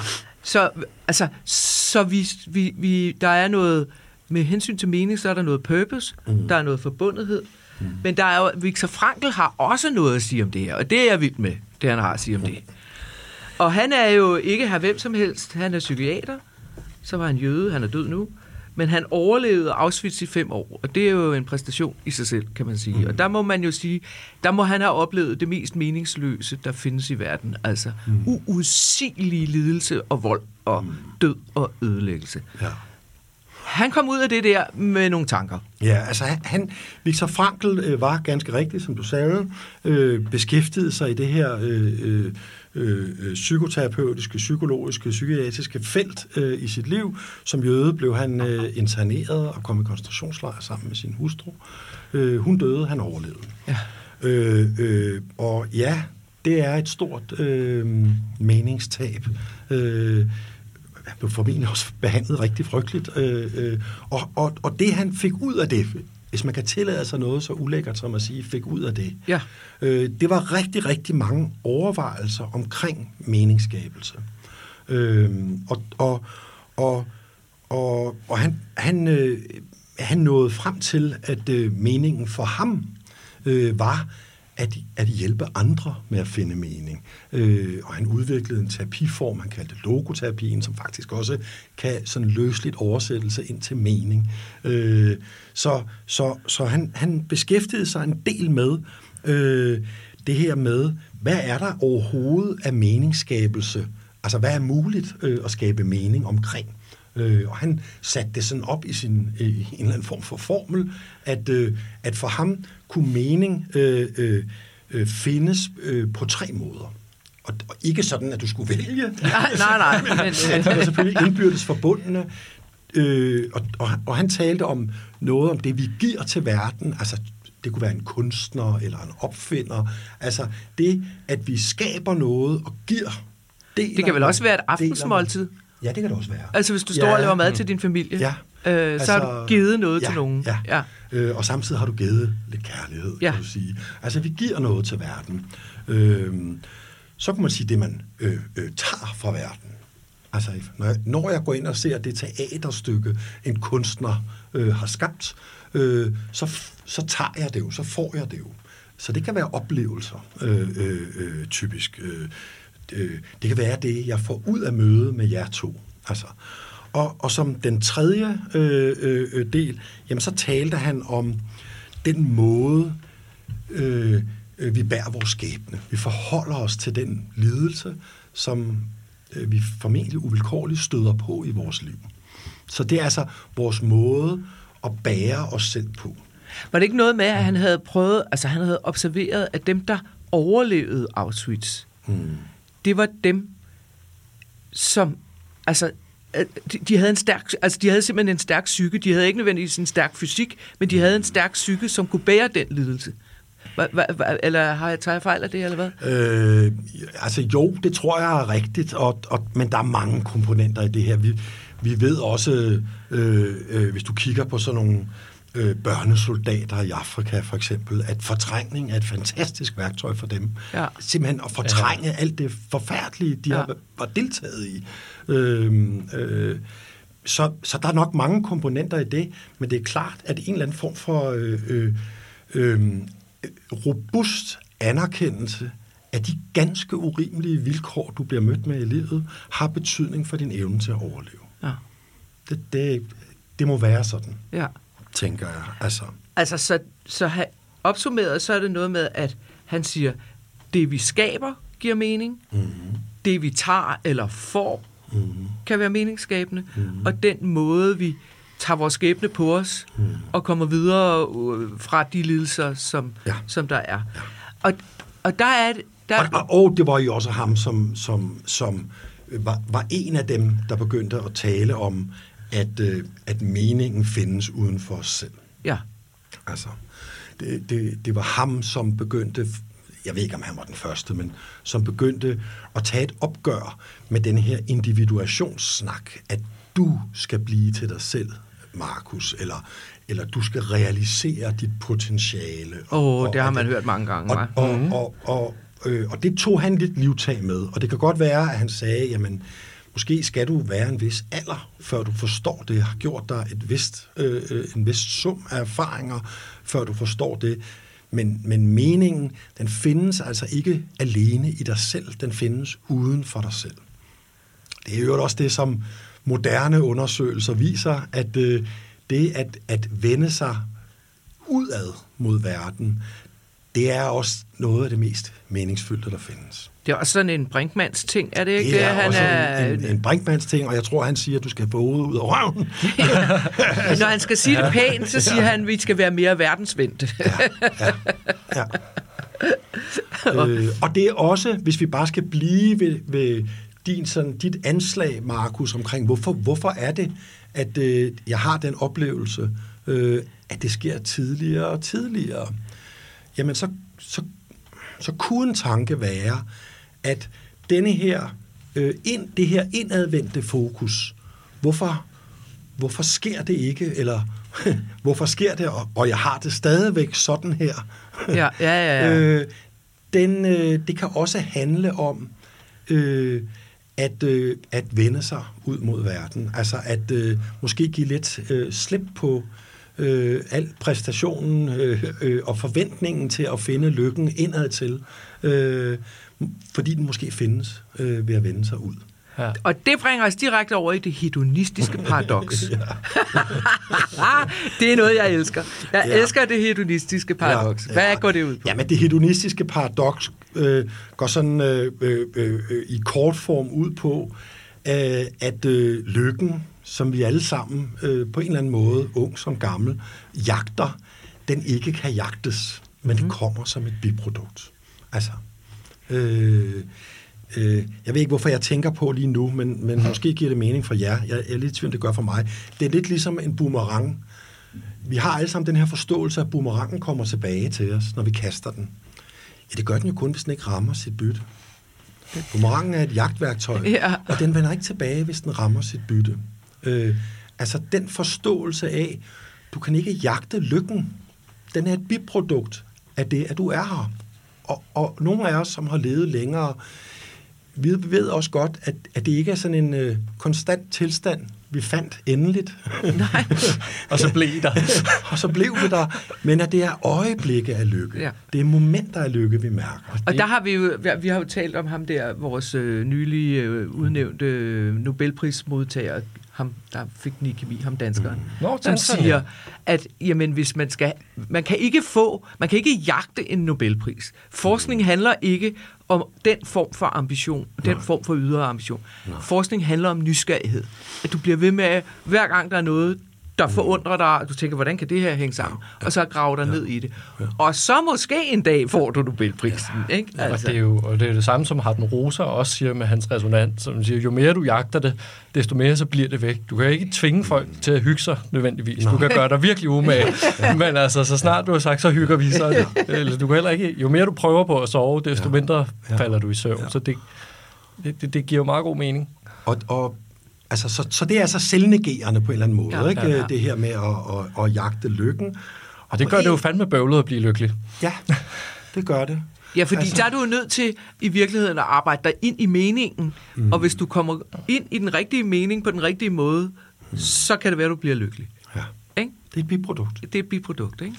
så vi der er noget, med hensyn til mening, så er der noget purpose, der er noget forbundethed, men der er jo, Viktor Frankl har også noget at sige om det her, og det er jeg vild med, det han har at sige om det. Og han er jo ikke her hvem som helst. Han er psykiater. Så var han jøde. Han er død nu. Men han overlevede Auschwitz i 5 år. Og det er jo en præstation i sig selv, kan man sige. Og der må man jo sige, der må han have oplevet det mest meningsløse, der findes i verden. Altså uudsigelig lidelse og vold og død og ødelæggelse. Ja. Han kom ud af det der med nogle tanker. Ja, altså Viktor Frankl var ganske rigtigt, som du sagde, beskæftigede sig i det her psykoterapeutiske, psykologiske, psykiatriske felt i sit liv. Som jøde blev han interneret og kom i koncentrationslejr sammen med sin hustru. Hun døde, han overlevede. Ja. Og ja, det er et stort meningstab. Han blev formentlig også behandlet rigtig frygteligt. Og det, han fik ud af det, hvis man kan tillade sig noget så ulækkert som at sige, fik ud af det, det var rigtig, rigtig mange overvejelser omkring meningsskabelse. Og han nåede frem til, at meningen for ham var at hjælpe andre med at finde mening. Og han udviklede en terapiform, han kaldte logoterapien, som faktisk også kan sådan løsligt oversættelse ind til mening. Så han beskæftigede sig en del med det her med, hvad er der overhovedet af meningsskabelse? Altså, hvad er muligt at skabe mening omkring? Og han satte det sådan op i en eller anden form for formel, at for ham kunne mening findes på 3 måder. Og ikke sådan, at du skulle vælge. Nej. Men det er selvfølgelig indbyrdes forbundne. Og han talte om noget om det, vi giver til verden. Altså, det kunne være en kunstner eller en opfinder. Altså, det, at vi skaber noget og giver. Det kan vel også være et aftensmåltid? Ja, det kan det også være. Altså, hvis du står og laver mad til din familie, så har du givet noget til nogen. Ja. Og samtidig har du givet lidt kærlighed, kan du sige. Altså, vi giver noget til verden. Så kan man sige, det man tager fra verden. Altså, når jeg går ind og ser det teaterstykke, en kunstner har skabt, så tager jeg det jo, så får jeg det jo. Så det kan være oplevelser, typisk. Det kan være det, jeg får ud af mødet med jer to. Altså. Og som den tredje del, jamen, så talte han om den måde, vi bærer vores skæbne. Vi forholder os til den lidelse, som vi formentlig uvilkårligt støder på i vores liv. Så det er altså vores måde at bære os selv på. Var det ikke noget med, at han havde prøvet, altså han havde observeret, at dem, der overlevede Auschwitz, det var dem, som, altså, de havde de havde simpelthen en stærk psyke. De havde ikke nødvendigvis en stærk fysik, men de havde en stærk psyke, som kunne bære den lidelse. Eller tager jeg fejl af det, eller hvad? Altså jo, det tror jeg er rigtigt, men der er mange komponenter i det her. Vi ved også, hvis du kigger på sådan nogle børnesoldater i Afrika for eksempel, at fortrængning er et fantastisk værktøj for dem. Ja. Simpelthen at fortrænge alt det forfærdelige, de har deltaget i. Så der er nok mange komponenter i det, men det er klart, at en eller anden form for robust anerkendelse af de ganske urimelige vilkår, du bliver mødt med i livet, har betydning for din evne til at overleve. Ja. Det må være sådan, tænker jeg. Altså så opsummeret, så er det noget med, at han siger, det vi skaber giver mening, det vi tager eller får, kan være meningsskabende, og den måde, vi tager vores skæbne på os, og kommer videre fra de lidelser, som der er. Ja. Og der er og det var jo også ham, som var en af dem, der begyndte at tale om, at meningen findes uden for os selv. Ja. Altså, det var ham, som begyndte, jeg ved ikke, om han var den første, men som begyndte at tage et opgør med den her individuationssnak, at du skal blive til dig selv, Markus, eller du skal realisere dit potentiale. Det har man hørt mange gange. Og det tog han lidt livtag med, og det kan godt være, at han sagde, jamen, måske skal du være en vis alder, før du forstår det, har gjort dig en vis sum af erfaringer, før du forstår det. Men meningen, den findes altså ikke alene i dig selv, den findes uden for dig selv. Det er jo også det, som moderne undersøgelser viser, at det at vende sig udad mod verden, det er også noget af det mest meningsfyldte, der findes. Det er også sådan en Brinkmanns ting, er det ikke? Det er også en Brinkmanns ting, og jeg tror, han siger, at du skal få hovedet ud af røven. Når han skal sige det pænt, så siger han, at vi skal være mere verdensvendte. Ja. Og det er også, hvis vi bare skal blive ved dit anslag, Markus, omkring, hvorfor er det, at jeg har den oplevelse, at det sker tidligere og tidligere. Jamen, så kunne en tanke være, at det her indadvendte fokus, hvorfor sker det ikke, eller hvorfor sker det, og jeg har det stadigvæk sådan her. Ja. Det kan også handle om at vende sig ud mod verden. Altså at måske give lidt slip på al præstationen og forventningen til at finde lykken indad til, fordi den måske findes ved at vende sig ud. Ja. Og det bringer os direkte over i det hedonistiske paradoks. Det er noget, jeg elsker. Jeg elsker det hedonistiske paradoks. Hvad går det ud på? Jamen, det hedonistiske paradoks går sådan i kort form ud på, at lykken, som vi alle sammen på en eller anden måde, ung som gammel, jagter, den ikke kan jagtes, men den kommer som et biprodukt. Altså, jeg ved ikke, hvorfor jeg tænker på lige nu, men måske giver det mening for jer. Jeg er lidt tvivl, det gør for mig. Det er lidt ligesom en boomerang. Vi har alle sammen den her forståelse, at boomerangen kommer tilbage til os, når vi kaster den. Ja, det gør den jo kun, hvis den ikke rammer sit bytte. Boomerangen er et jagtværktøj, og den vender ikke tilbage, hvis den rammer sit bytte. Altså den forståelse af, du kan ikke jagte lykken. Den er et biprodukt af det, at du er her. Og nogle af os, som har levet længere, vi ved også godt, at det ikke er sådan en konstant tilstand, vi fandt endeligt. Nej. Og så blev der. Og så blev det der. Men at det er øjeblikke af lykke. Ja. Det er momenter af lykke, vi mærker. Og der har vi har jo talt om ham der, vores nylige udnævnte Nobelprismodtager, ham, der fik den i kemi, ham danskeren, som siger, at jamen, hvis man kan ikke jagte en Nobelpris. Forskning handler ikke om den form for ambition, den form for ydre ambition. Forskning handler om nysgerrighed. At du bliver ved med, hver gang der er noget, der forundrer dig, og du tænker, hvordan kan det her hænge sammen? Og så graver dig ned i det. Og så måske en dag får du Nobelprisen. Ikke? Altså. Og det er det samme, som Hartmut Rosa også siger med hans resonans, som siger, jo mere du jagter det, desto mere så bliver det væk. Du kan ikke tvinge folk til at hygge sig nødvendigvis. Du kan gøre dig virkelig umage. Men altså, så snart du har sagt, så hygger vi sig. Eller du kan heller ikke, jo mere du prøver på at sove, desto mindre falder du i søvn. Så det giver jo meget god mening. Altså, så det er altså selvnegerende på en eller anden måde, ikke? Ja. Det her med at jagte lykken. Og det gør det jo fandme bøvlet at blive lykkelig. Ja, det gør det. Ja, fordi der er du jo nødt til i virkeligheden at arbejde dig ind i meningen, og hvis du kommer ind i den rigtige mening på den rigtige måde, så kan det være, at du bliver lykkelig. Ja, ikke? Det er et biprodukt. Det er et biprodukt, ikke?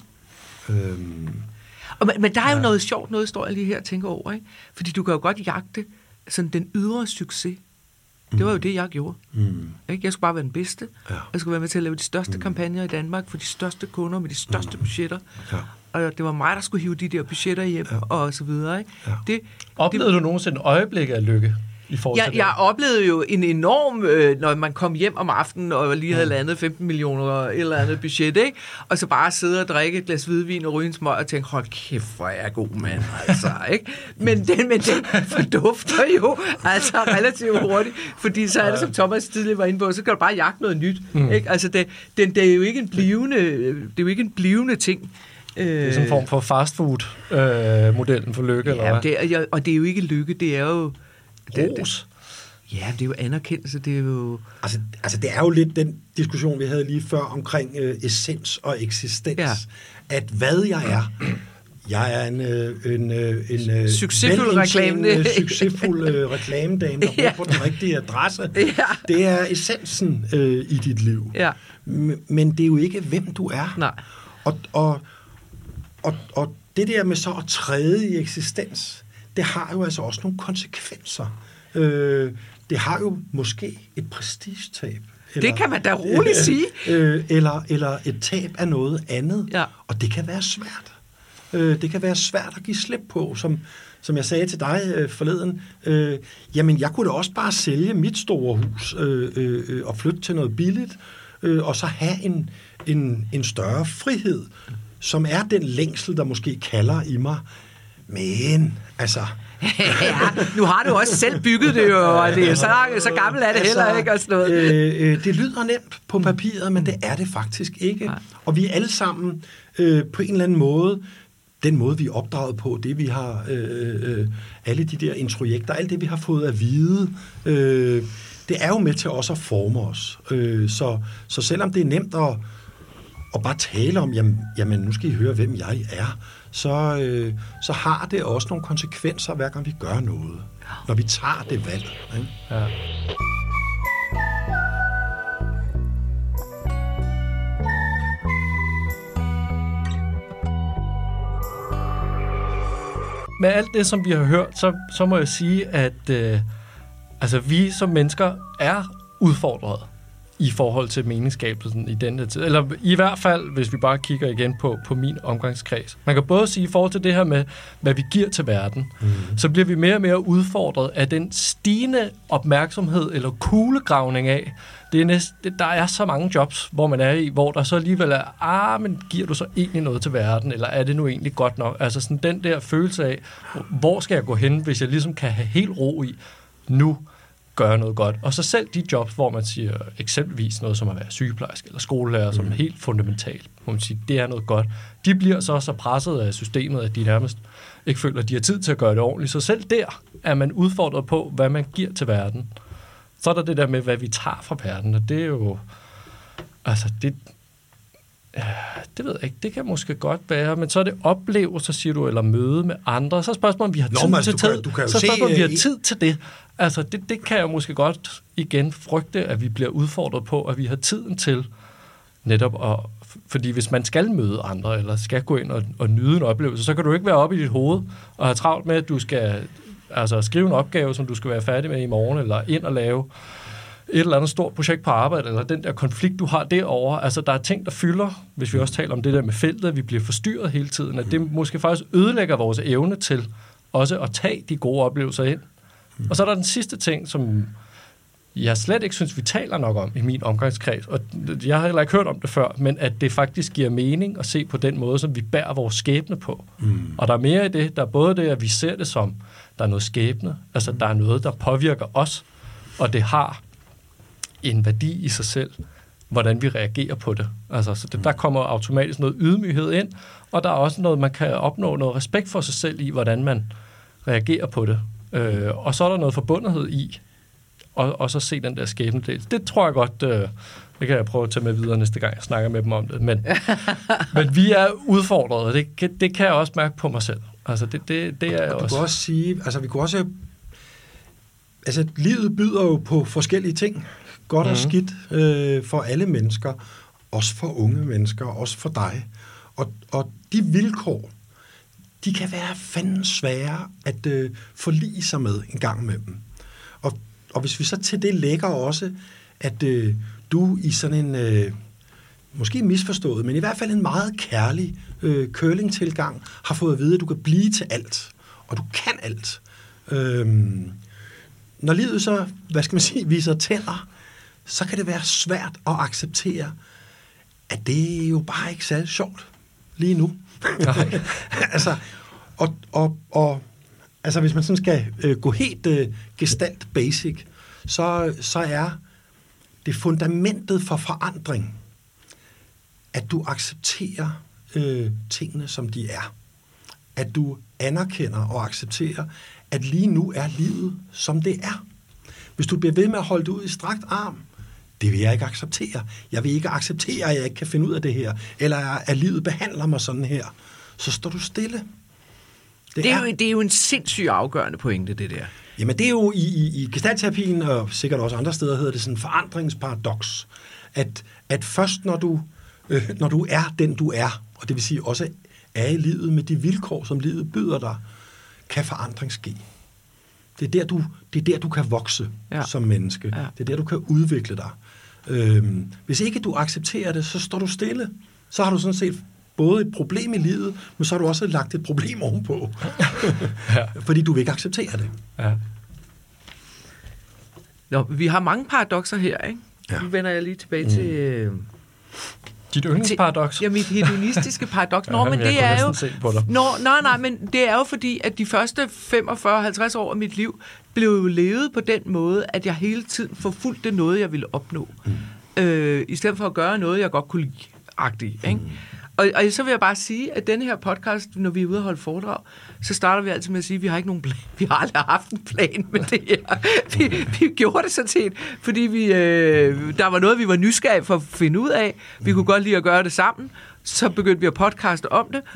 Men der er jo noget sjovt, noget står jeg lige her og tænker over, ikke? Fordi du kan jo godt jagte sådan den ydre succes. Det var jo det, jeg gjorde. Ikke? Jeg skulle bare være den bedste. Ja. Jeg skulle være med til at lave de største kampagner i Danmark for de største kunder med de største budgetter. Ja. Og det var mig, der skulle hive de der budgetter hjem og så videre. Ikke? Ja. Oplevede du nogensinde øjeblik af lykke? Jeg oplevede jo en enorm, når man kom hjem om aftenen og lige havde landet 15 millioner et eller andet budget, ikke? Og så bare sidde og drikke et glas hvidvin og ryge en smøg og tænke, hold kæft, hvor er jeg god mand, altså, ikke? Men den fordufter jo altså relativt hurtigt, fordi så er det, som Thomas tidligere var inde på, så kan du bare jagte noget nyt, ikke? Altså, det er jo ikke en blivende ting. Det er sådan en form for fastfood-modellen for lykke, eller hvad? Og det er jo ikke lykke, det er jo ros. Ja, det er jo anerkendelse, det er jo... Altså, det er jo lidt den diskussion, vi havde lige før omkring essens og eksistens. Ja. At hvad jeg er... Jeg er en succesfuld reklamedame, der bor på den rigtige adresse. Ja. Det er essensen i dit liv. Ja. Men det er jo ikke, hvem du er. Nej. Og det der med så at træde i eksistens, det har jo altså også nogle konsekvenser. Det har jo måske et prestigetab. Det kan man da roligt sige. Eller et tab af noget andet. Ja. Og det kan være svært. Det kan være svært at give slip på, som jeg sagde til dig forleden. Jamen, jeg kunne da også bare sælge mit store hus og flytte til noget billigt, og så have en større frihed, som er den længsel, der måske kalder i mig. Men, altså... Ja, nu har du også selv bygget det jo, og det er så gammel er det heller ikke. Og sådan noget. Det lyder nemt på papiret, men det er det faktisk ikke. Nej. Og vi er alle sammen på en eller anden måde, den måde, vi er opdraget på, det vi har, alle de der introjekter, alt det, vi har fået at vide, det er jo med til også at forme os. Så selvom det er nemt at bare tale om, jamen nu skal I høre, hvem jeg er, så har det også nogle konsekvenser, hver gang vi gør noget, når vi tager det valg. Ikke? Ja. med alt det, som vi har hørt, så må jeg sige, at vi som mennesker er udfordret i forhold til meningsskabelsen i den her tid. Eller i hvert fald, hvis vi bare kigger igen på min omgangskreds. Man kan både sige, i forhold til det her med, hvad vi giver til verden, så bliver vi mere og mere udfordret af den stigende opmærksomhed eller kuglegravning af, der er så mange jobs, hvor man er i, hvor der så alligevel er, men giver du så egentlig noget til verden, eller er det nu egentlig godt nok? Altså sådan den der følelse af, hvor skal jeg gå hen, hvis jeg ligesom kan have helt ro i, nu gøre noget godt. Og så selv de jobs, hvor man siger eksempelvis noget som at være sygeplejerske eller skolelærer, som er helt fundamentalt, hvor man siger, det er noget godt, de bliver så presset af systemet, at de nærmest ikke føler, at de har tid til at gøre det ordentligt. Så selv der er man udfordret på, hvad man giver til verden. Så er der det der med, hvad vi tager fra verden, og det er jo, altså det ved jeg ikke, det kan måske godt være, men så er det oplevelser, siger du, eller møde med andre, så er spørgsmålet, om vi har tid til det. Altså, det kan jeg måske godt igen frygte, at vi bliver udfordret på, at vi har tiden til netop fordi hvis man skal møde andre, eller skal gå ind og nyde en oplevelse, så kan du ikke være oppe i dit hoved og have travlt med, at du skal skrive en opgave, som du skal være færdig med i morgen, eller ind og lave et eller andet stort projekt på arbejde, eller den der konflikt, du har derovre. Altså, der er ting, der fylder, hvis vi også taler om det der med feltet, vi bliver forstyrret hele tiden, at det måske faktisk ødelægger vores evne til også at tage de gode oplevelser ind. Og så er der den sidste ting, som jeg slet ikke synes, vi taler nok om i min omgangskreds, og jeg har heller ikke hørt om det før, men at det faktisk giver mening at se på den måde, som vi bærer vores skæbne på. Og der er mere i det. Der er både det, at vi ser det som, der er noget skæbne, altså der er noget, der påvirker os, og det har en værdi i sig selv, hvordan vi reagerer på det. Altså, så der kommer automatisk noget ydmyghed ind, og der er også noget, man kan opnå noget respekt for sig selv i, hvordan man reagerer på det. Og så er der noget forbundethed i, og så se den der skæbnedel. Det tror jeg godt, det kan jeg prøve at tage med videre næste gang, jeg snakker med dem om det. Men vi er udfordret, og det kan jeg også mærke på mig selv. Altså, det er jeg også. Du kan også sige, altså vi kunne også, altså livet byder jo på forskellige ting, godt og skidt for alle mennesker, også for unge mennesker, også for dig. Og de vilkår, de kan være fandme svære at forlige sig med en gang med dem. Og hvis vi så til det lægger også, at du i sådan en, måske misforstået, men i hvert fald en meget kærlig curling-tilgang, har fået at vide, at du kan blive til alt, og du kan alt. Når livet så, hvad skal man sige, viser tænder, så kan det være svært at acceptere, at det er jo bare ikke særlig sjovt lige nu. Altså, altså, hvis man sådan skal gå helt gestalt basic, så er det fundamentet for forandring, at du accepterer tingene, som de er. At du anerkender og accepterer, at lige nu er livet, som det er. Hvis du bliver ved med at holde det ud i strakt arm, det vil jeg ikke acceptere. Jeg vil ikke acceptere, at jeg ikke kan finde ud af det her, eller at livet behandler mig sådan her. Så står du stille. Det er jo en sindssygt afgørende pointe, det der. Jamen det er jo i gestaltterapien, og sikkert også andre steder, hedder det sådan en forandringsparadoks. At først når du er den, du er, og det vil sige også er i livet med de vilkår, som livet byder dig, kan forandring ske. Det er der, du kan vokse som menneske. Ja. Det er der, du kan udvikle dig. Hvis ikke du accepterer det, så står du stille. Så har du sådan set både et problem i livet, men så har du også lagt et problem ovenpå. Fordi du vil ikke acceptere det. Ja. Nå, vi har mange paradokser her, ikke? Ja. Nu vender jeg lige tilbage til... Dit yndlingsparadoks? Ja, mit hedonistiske paradoks. Nå, men det er jo... Nej, men det er jo fordi, at de første 45-50 år af mit liv blev jo levet på den måde, at jeg hele tiden forfulgte noget, jeg ville opnå. I stedet for at gøre noget, jeg godt kunne lide. Ikke? Og så vil jeg bare sige, at denne her podcast, når vi er ude og holde foredrag, så starter vi altid med at sige, at vi har ikke nogen plan. Vi har aldrig haft en plan med det her. Vi gjorde det sådan set, fordi der var noget, vi var nysgerrige for at finde ud af. Vi kunne godt lide at gøre det sammen. Så begyndte vi at podcaste om det.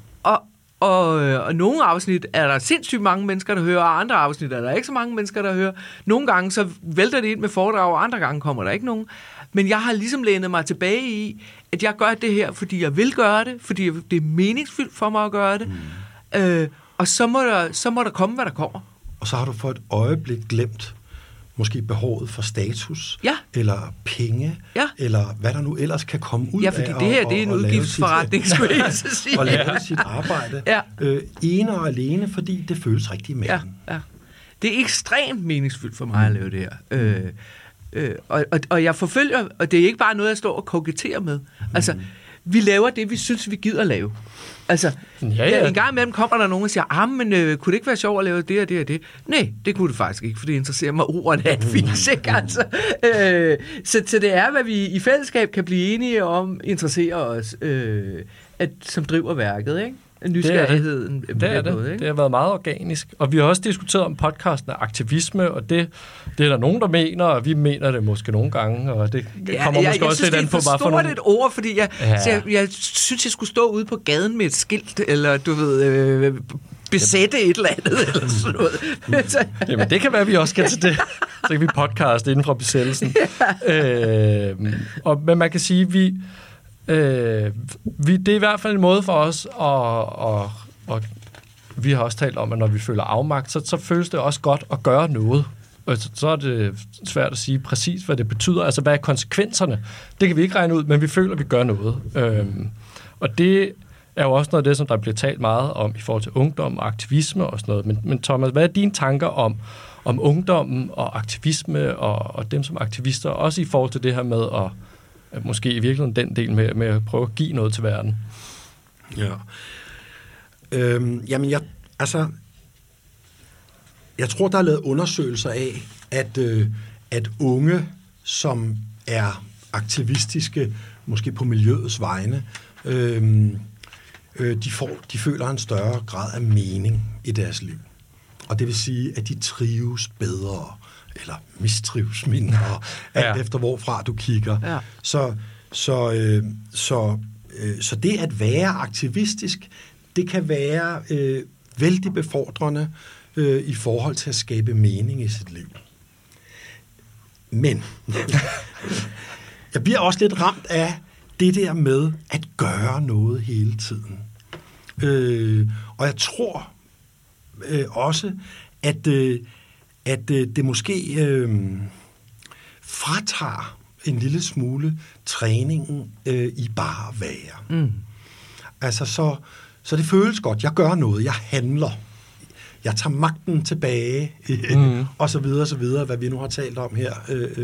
Og nogle afsnit er der sindssygt mange mennesker, der hører, og andre afsnit er der ikke så mange mennesker, der hører. Nogle gange så vælter det ind med foredrag, og andre gange kommer der ikke nogen. Men jeg har ligesom lænet mig tilbage i, at jeg gør det her, fordi jeg vil gøre det, fordi det er meningsfyldt for mig at gøre det. Og så må der komme, hvad der kommer. Og så har du for et øjeblik glemt måske behovet for status, eller penge, eller hvad der nu ellers kan komme ud af. Ja, fordi det her, det er en udgiftsforretning, skulle jeg så sige. Og lave sit arbejde ene og alene, fordi det føles rigtig i maven. Ja. Det er ekstremt meningsfyldt for mig at lave det her. Og jeg forfølger, og det er ikke bare noget, jeg står og koketterer med. Altså, vi laver det, vi synes, vi gider lave. Altså, en gang imellem kommer der nogen og siger, men kunne det ikke være sjovt at lave det og det og det? Nej, det kunne det faktisk ikke, for det interesserer mig ordene af et vis, ikke? Altså, så det er, hvad vi i fællesskab kan blive enige om, interesserer os, som driver værket, ikke? Nysgerrigheden. Det er det. Måde, ikke? Det har været meget organisk. Og vi har også diskuteret om podcasten af aktivisme, og det er der nogen, der mener, og vi mener det måske nogle gange, og det kommer måske også lidt an på, bare for nogle... et ord, fordi jeg synes, jeg skulle stå ude på gaden med et skilt, eller du ved... besætte et eller andet, eller sådan noget. Jamen, det kan være, vi også skal til det. Så kan vi podcaste inden fra besættelsen. Men man kan sige, det er i hvert fald en måde for os, og vi har også talt om, at når vi føler afmagt, så føles det også godt at gøre noget. Og så er det svært at sige præcis, hvad det betyder. Altså, hvad er konsekvenserne? Det kan vi ikke regne ud, men vi føler, at vi gør noget. Og det er jo også noget af det, som der bliver talt meget om i forhold til ungdom og aktivisme og sådan noget. Men Thomas, hvad er dine tanker om ungdommen og aktivisme og dem som aktivister, også i forhold til det her med at måske i virkeligheden den del med at prøve at give noget til verden? Ja. Jamen, jeg tror, der er lavet undersøgelser af, at unge, som er aktivistiske, måske på miljøets vegne, de føler en større grad af mening i deres liv. Og det vil sige, at de trives bedre, eller mistrives mindre, alt efter hvorfra du kigger. Ja. Så det at være aktivistisk, det kan være vældig befordrende i forhold til at skabe mening i sit liv. Men jeg bliver også lidt ramt af det der med at gøre noget hele tiden. Og jeg tror også, at det måske fratager en lille smule træningen i bare at være. Altså, så det føles godt. Jeg gør noget. Jeg handler. Jeg tager magten tilbage. Og så videre, hvad vi nu har talt om her.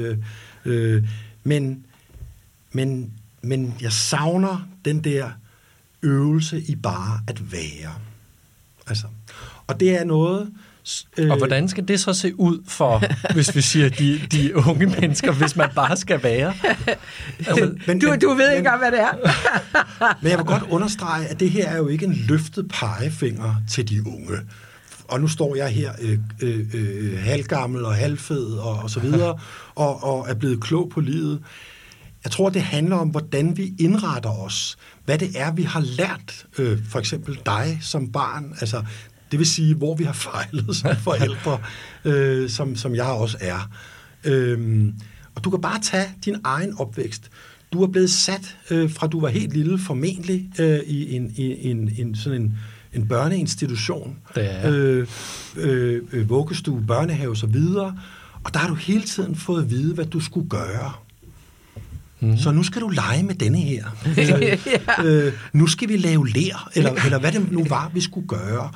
Men jeg savner den der øvelse i bare at være. Altså, og det er noget... Og hvordan skal det så se ud for, hvis vi siger, de unge mennesker, hvis man bare skal være? Altså, du ved ikke engang, hvad det er. Men jeg vil godt understrege, at det her er jo ikke en løftet pegefinger til de unge. Og nu står jeg her halvgammel og halvfed og så videre, og er blevet klog på livet. Jeg tror, det handler om, hvordan vi indretter os. Hvad det er, vi har lært, for eksempel dig som barn. Altså, det vil sige, hvor vi har fejlet som forældre, som jeg også er. Og du kan bare tage din egen opvækst. Du er blevet sat, fra du var helt lille, formentlig, i en børneinstitution. Vuggestue, børnehave og så videre. Og der har du hele tiden fået at vide, hvad du skulle gøre. Så nu skal du lege med denne her. Nu skal vi lave ler, eller hvad det nu var, vi skulle gøre.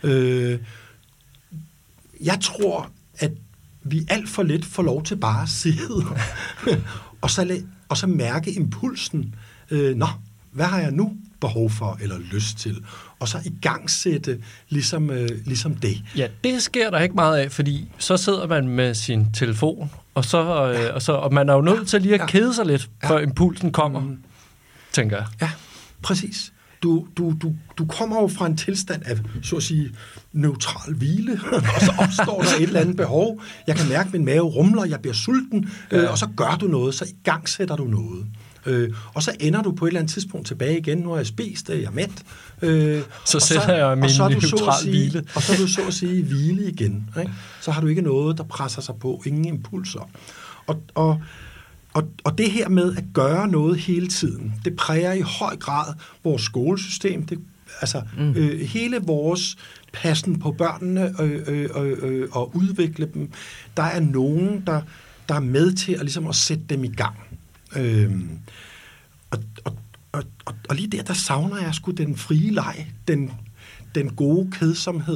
Jeg tror, at vi alt for lidt får lov til bare at sidde, og så mærke impulsen. Hvad har jeg nu behov for eller lyst til? Og så igangsætte ligesom det. Ja, det sker der ikke meget af, fordi så sidder man med sin telefon, og man er jo nødt til lige at kede sig lidt, før impulsen kommer, tænker jeg. Ja, præcis. Du kommer jo fra en tilstand af, så at sige, neutral hvile, og så opstår der et eller andet behov. Jeg kan mærke, at min mave rumler, jeg bliver sulten, og så gør du noget, så igangsætter du noget. Og så ender du på et eller andet tidspunkt tilbage igen. Nu har jeg spist, jeg er mæt. Så sætter jeg min neutral hvile. Og så er du så at sige hvile igen. Ikke? Så har du ikke noget, der presser sig på. Ingen impulser. Og det her med at gøre noget hele tiden, det præger i høj grad vores skolesystem. Det Altså, hele vores passen på børnene og udvikle dem, der er nogen, der er med til at, ligesom at sætte dem i gang. Og lige der savner jeg sgu den frie leg, den gode kedsomhed,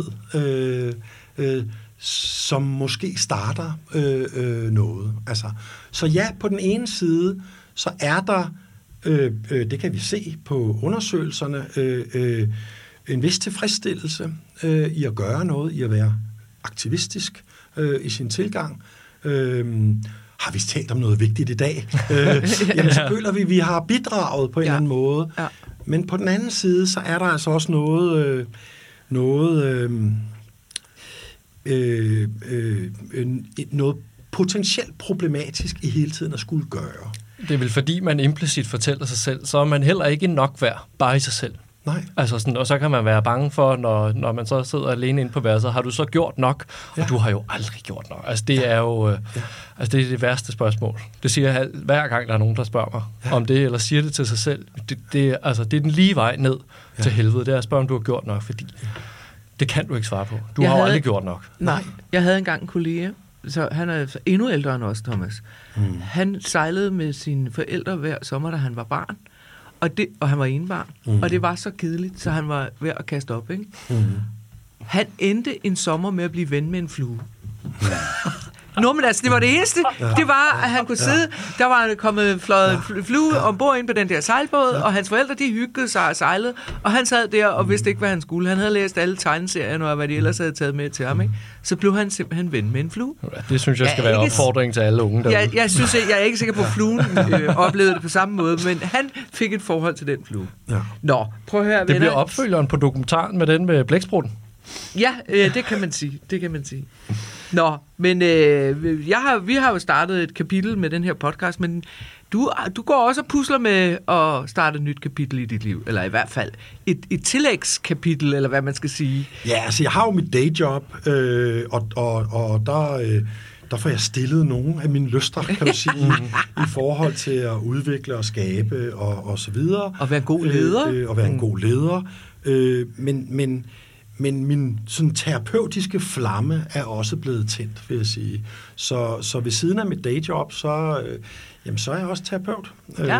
som måske starter noget. Altså, så ja, på den ene side, så er der, det kan vi se på undersøgelserne, en vis tilfredsstillelse i at gøre noget, i at være aktivistisk i sin tilgang. Har vi talt om noget vigtigt i dag? Jamen, så føler vi har bidraget på en eller anden måde. Ja. Men på den anden side, så er der altså også noget potentielt problematisk i hele tiden at skulle gøre. Det er vel fordi, man implicit fortæller sig selv, så er man heller ikke nok værd, bare i sig selv. Nej. Altså sådan, og så kan man være bange for, når man så sidder alene inde på værelset, har du så gjort nok? Ja. Og du har jo aldrig gjort nok. Altså det er jo altså det er det værste spørgsmål. Det siger jeg hver gang, der er nogen, der spørger mig om det, eller siger det til sig selv. Det er den lige vej ned til helvede. Det er at spørge, om du har gjort nok, fordi det kan du ikke svare på. Du har jo aldrig gjort nok. Nej. Jeg havde engang en kollega, så han er endnu ældre end os, Thomas. Han sejlede med sine forældre hver sommer, da han var barn. Og han var enebarn, og det var så kedeligt, så han var ved at kaste op, ikke? Han endte en sommer med at blive ven med en flue. Nå, men altså, det var det eneste. Det var, at han kunne sidde. Der var kommet fløjet flue ombord ind på den der sejlbåd, og hans forældre, de hyggede sig og sejlede, og han sad der og vidste ikke, hvad han skulle. Han havde læst alle tegneserierne, og hvad de ellers havde taget med til ham, ikke? Så blev han simpelthen ven med en flue. Det synes jeg skal være opfordring til alle unge derude. Jeg er ikke sikker på, at fluen oplevede det på samme måde, men han fik et forhold til den flue. Ja. Nå, prøv at høre, det bliver opfølgeren på dokumentaren med den med blæksprutten. Ja, det kan man sige. Det kan man sige. Nå, men vi har jo startet et kapitel med den her podcast, men du går også og pusler med at starte et nyt kapitel i dit liv, eller i hvert fald et tillægskapitel, eller hvad man skal sige. Ja, altså jeg har jo mit dayjob, og der får jeg stillet nogle af mine lyster, kan du sige, i forhold til at udvikle og skabe og så videre. Og være en god leder. Og være en god leder. Men min sådan terapeutiske flamme er også blevet tændt, vil jeg sige. Så ved siden af mit dayjob, så er jeg også terapeut.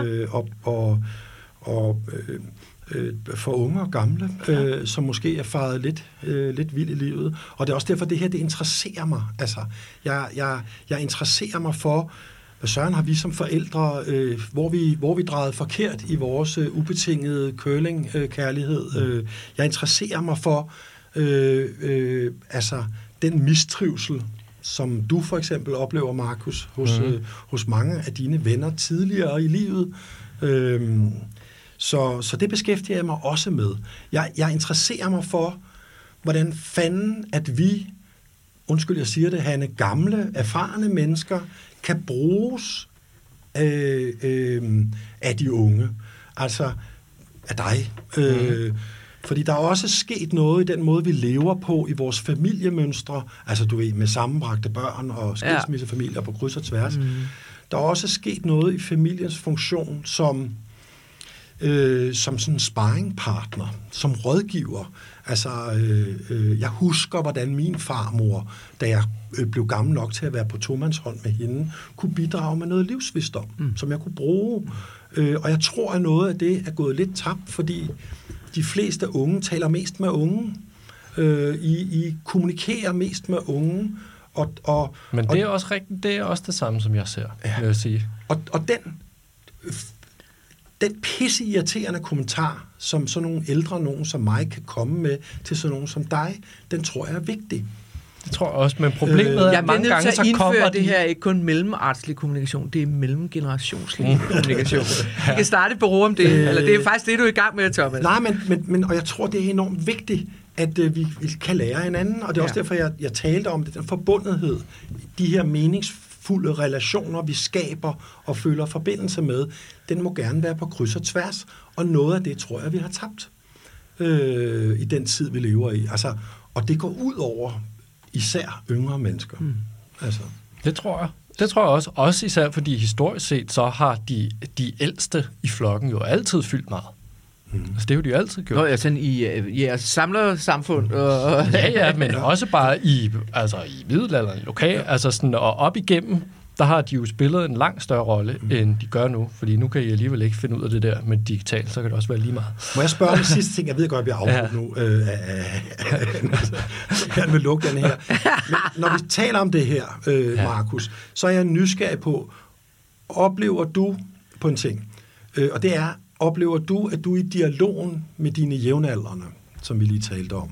For unge og gamle, som måske er faret lidt vild i livet. Og det er også derfor, det her, det interesserer mig. Altså, jeg interesserer mig for, hvad søren har vi som forældre, hvor vi drejede forkert i vores ubetingede curling-kærlighed. Jeg interesserer mig for den mistrivsel, som du for eksempel oplever, Markus, hos mange af dine venner tidligere i livet. Så det beskæftiger jeg mig også med. Jeg interesserer mig for, hvordan fanden, at vi, undskyld jeg siger det, Hanne, gamle, erfarne mennesker, kan bruges af de unge. Altså af dig. Fordi der er også sket noget i den måde, vi lever på i vores familiemønstre. Altså du ved, med sammenbragte børn og skilsmissefamilier på kryds og tværs. Der er også sket noget i familiens funktion som sådan en sparringpartner, som rådgiver. Altså, jeg husker, hvordan min farmor, da jeg blev gammel nok til at være på tomandshånd med hende, kunne bidrage med noget livsvisdom, som jeg kunne bruge. Og jeg tror, at noget af det er gået lidt tabt, fordi de fleste unge taler mest med unge. I kommunikerer mest med unge. Men det er også rigtigt, det er også det samme, som jeg ser, vil jeg sige. Og den pisseirriterende kommentar, som sådan nogle ældre nogen som mig kan komme med til sådan nogen som dig, den tror jeg er vigtig. Det tror jeg også, men problemet er, at mange gange så kommer det her ikke kun mellemartslig kommunikation, det er mellemgenerationslig kommunikation. Vi kan starte et bureau om det, eller det er faktisk det, du er i gang med, Thomas. Nej, men og jeg tror, det er enormt vigtigt, at vi kan lære hinanden, og det er også derfor, jeg talte om det, den forbundethed, de her meningsfulde relationer, vi skaber og føler forbindelse med, den må gerne være på kryds og tværs, og noget af det tror jeg, vi har tabt i den tid, vi lever i. Altså, og det går ud over især yngre mennesker. Altså. Det tror jeg. Det tror jeg også. Også især fordi historisk set, så har de ældste i flokken jo altid fyldt meget. Altså, det har de jo altid gjort. Nå, ja, sådan i jeres samlersamfund. Ja, men også bare i middelalderen, lokalt, altså sådan, og op igennem, der har de jo spillet en langt større rolle, end de gør nu, fordi nu kan I alligevel ikke finde ud af det der med digitalt, så kan det også være lige meget. Må jeg spørge om sidste ting? Jeg ved godt, at jeg bliver afbrudt nu, så kan vi lukke den her. Men når vi taler om det her, Markus, så er jeg nysgerrig på, oplever du på en ting, og det er, oplever du, at du i dialogen med dine jævnaldrende, som vi lige talte om,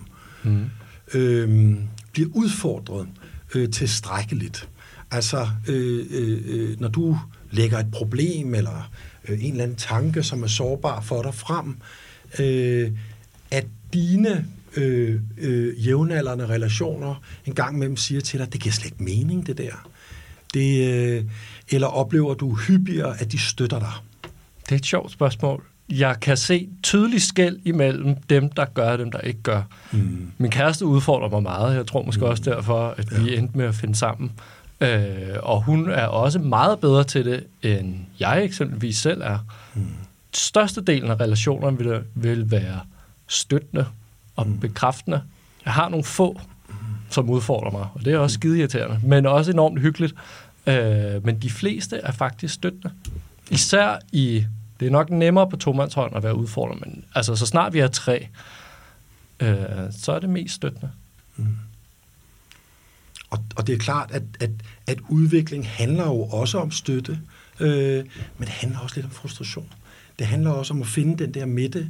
bliver udfordret tilstrækkeligt? Altså, når du lægger et problem eller en eller anden tanke, som er sårbar for dig frem, at dine jævnaldrende relationer en gang imellem siger til dig, det giver slet ikke mening, det der. Eller oplever du hyppigere, at de støtter dig? Det er et sjovt spørgsmål. Jeg kan se tydeligt skel imellem dem, der gør og dem, der ikke gør. Min kæreste udfordrer mig meget. Jeg tror måske også derfor, at vi endte med at finde sammen. Og hun er også meget bedre til det, end jeg eksempelvis selv er. Størstedelen af relationerne vil være støttende og bekræftende. Jeg har nogle få, som udfordrer mig, og det er også skideirriterende, men også enormt hyggeligt. Men de fleste er faktisk støttende. Især det er nok nemmere på tomandshånd at være udfordret, men altså, så snart vi er 3, så er det mest støttende. Og det er klart, at udvikling handler jo også om støtte, men det handler også lidt om frustration. Det handler også om at finde den der midte,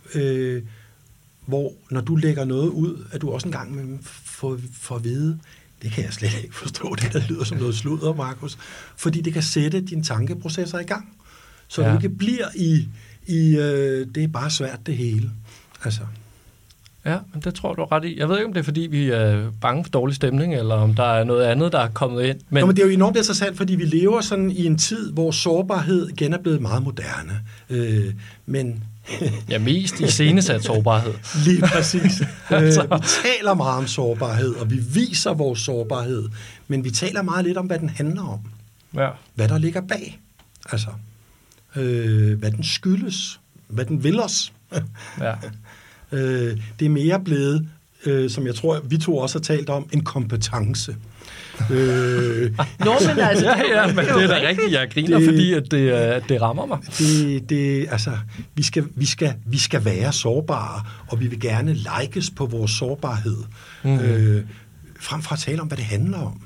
hvor når du lægger noget ud, at du også en gang med får at vide, det kan jeg slet ikke forstå, det der lyder som noget sludder, Markus, fordi det kan sætte dine tankeprocesser i gang, så du ikke bliver i det er bare svært det hele. Altså. Ja, men det tror du ret i. Jeg ved ikke, om det er, fordi vi er bange for dårlig stemning, eller om der er noget andet, der er kommet ind. Men det er jo enormt interessant, fordi vi lever sådan i en tid, hvor sårbarhed igen er blevet meget moderne. Men ja, mest i scenesat sårbarhed. Lige præcis. Vi taler meget om sårbarhed, og vi viser vores sårbarhed, men vi taler meget lidt om, hvad den handler om. Ja. Hvad der ligger bag. Altså, hvad den skyldes. Hvad den vil os. Ja. Det er mere blevet, som jeg tror, vi to også har talt om, en kompetence. Nå, men altså, ja, men det er da rigtigt, jeg griner, fordi at det rammer mig. Altså, vi skal være sårbare, og vi vil gerne likes på vores sårbarhed, frem for at tale om, hvad det handler om.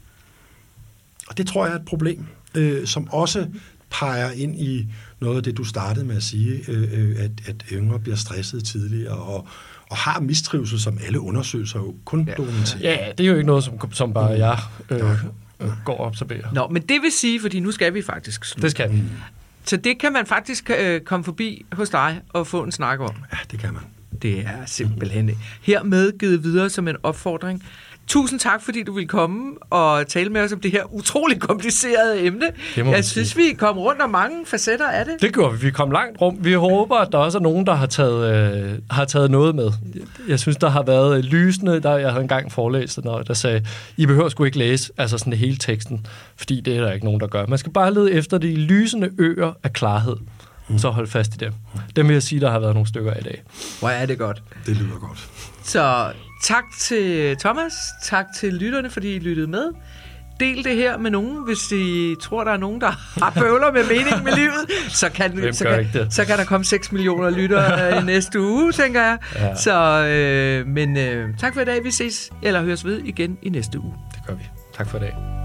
Og det tror jeg er et problem, som også peger ind i noget af det, du startede med at sige, at yngre bliver stresset tidligere, og har mistrivsel, som alle undersøgelser jo kun dokumenterer. Ja, det er jo ikke noget, som bare jeg går og observerer. Nå, men det vil sige, fordi nu skal vi faktisk slutte. Det skal vi. Så det kan man faktisk komme forbi hos dig og få en snak om. Ja, det kan man. Det er simpelthen hermed givet videre som en opfordring. Tusind tak, fordi du ville komme og tale med os om det her utrolig komplicerede emne. Jeg synes, vi kom rundt om mange facetter af det. Det gjorde vi. Vi kom langt rum. Vi håber, at der også er nogen, der har taget noget med. Jeg synes, der har været lysende. Jeg havde engang forelæst noget, der sagde, I behøver sgu ikke læse altså sådan det hele teksten, fordi det er der ikke nogen, der gør. Man skal bare lede efter de lysende øer af klarhed. Så hold fast i dem. Dem vil jeg sige, der har været nogle stykker i dag. Hvor er det godt. Det lyder godt. Så tak til Thomas, tak til lytterne, fordi I lyttede med. Del det her med nogen, hvis I tror, der er nogen, der har bøvler med mening med livet. Så kan der komme 6 millioner lyttere i næste uge, tænker jeg. Ja. Så, tak for i dag. Vi ses eller høres ved igen i næste uge. Det gør vi. Tak for i dag.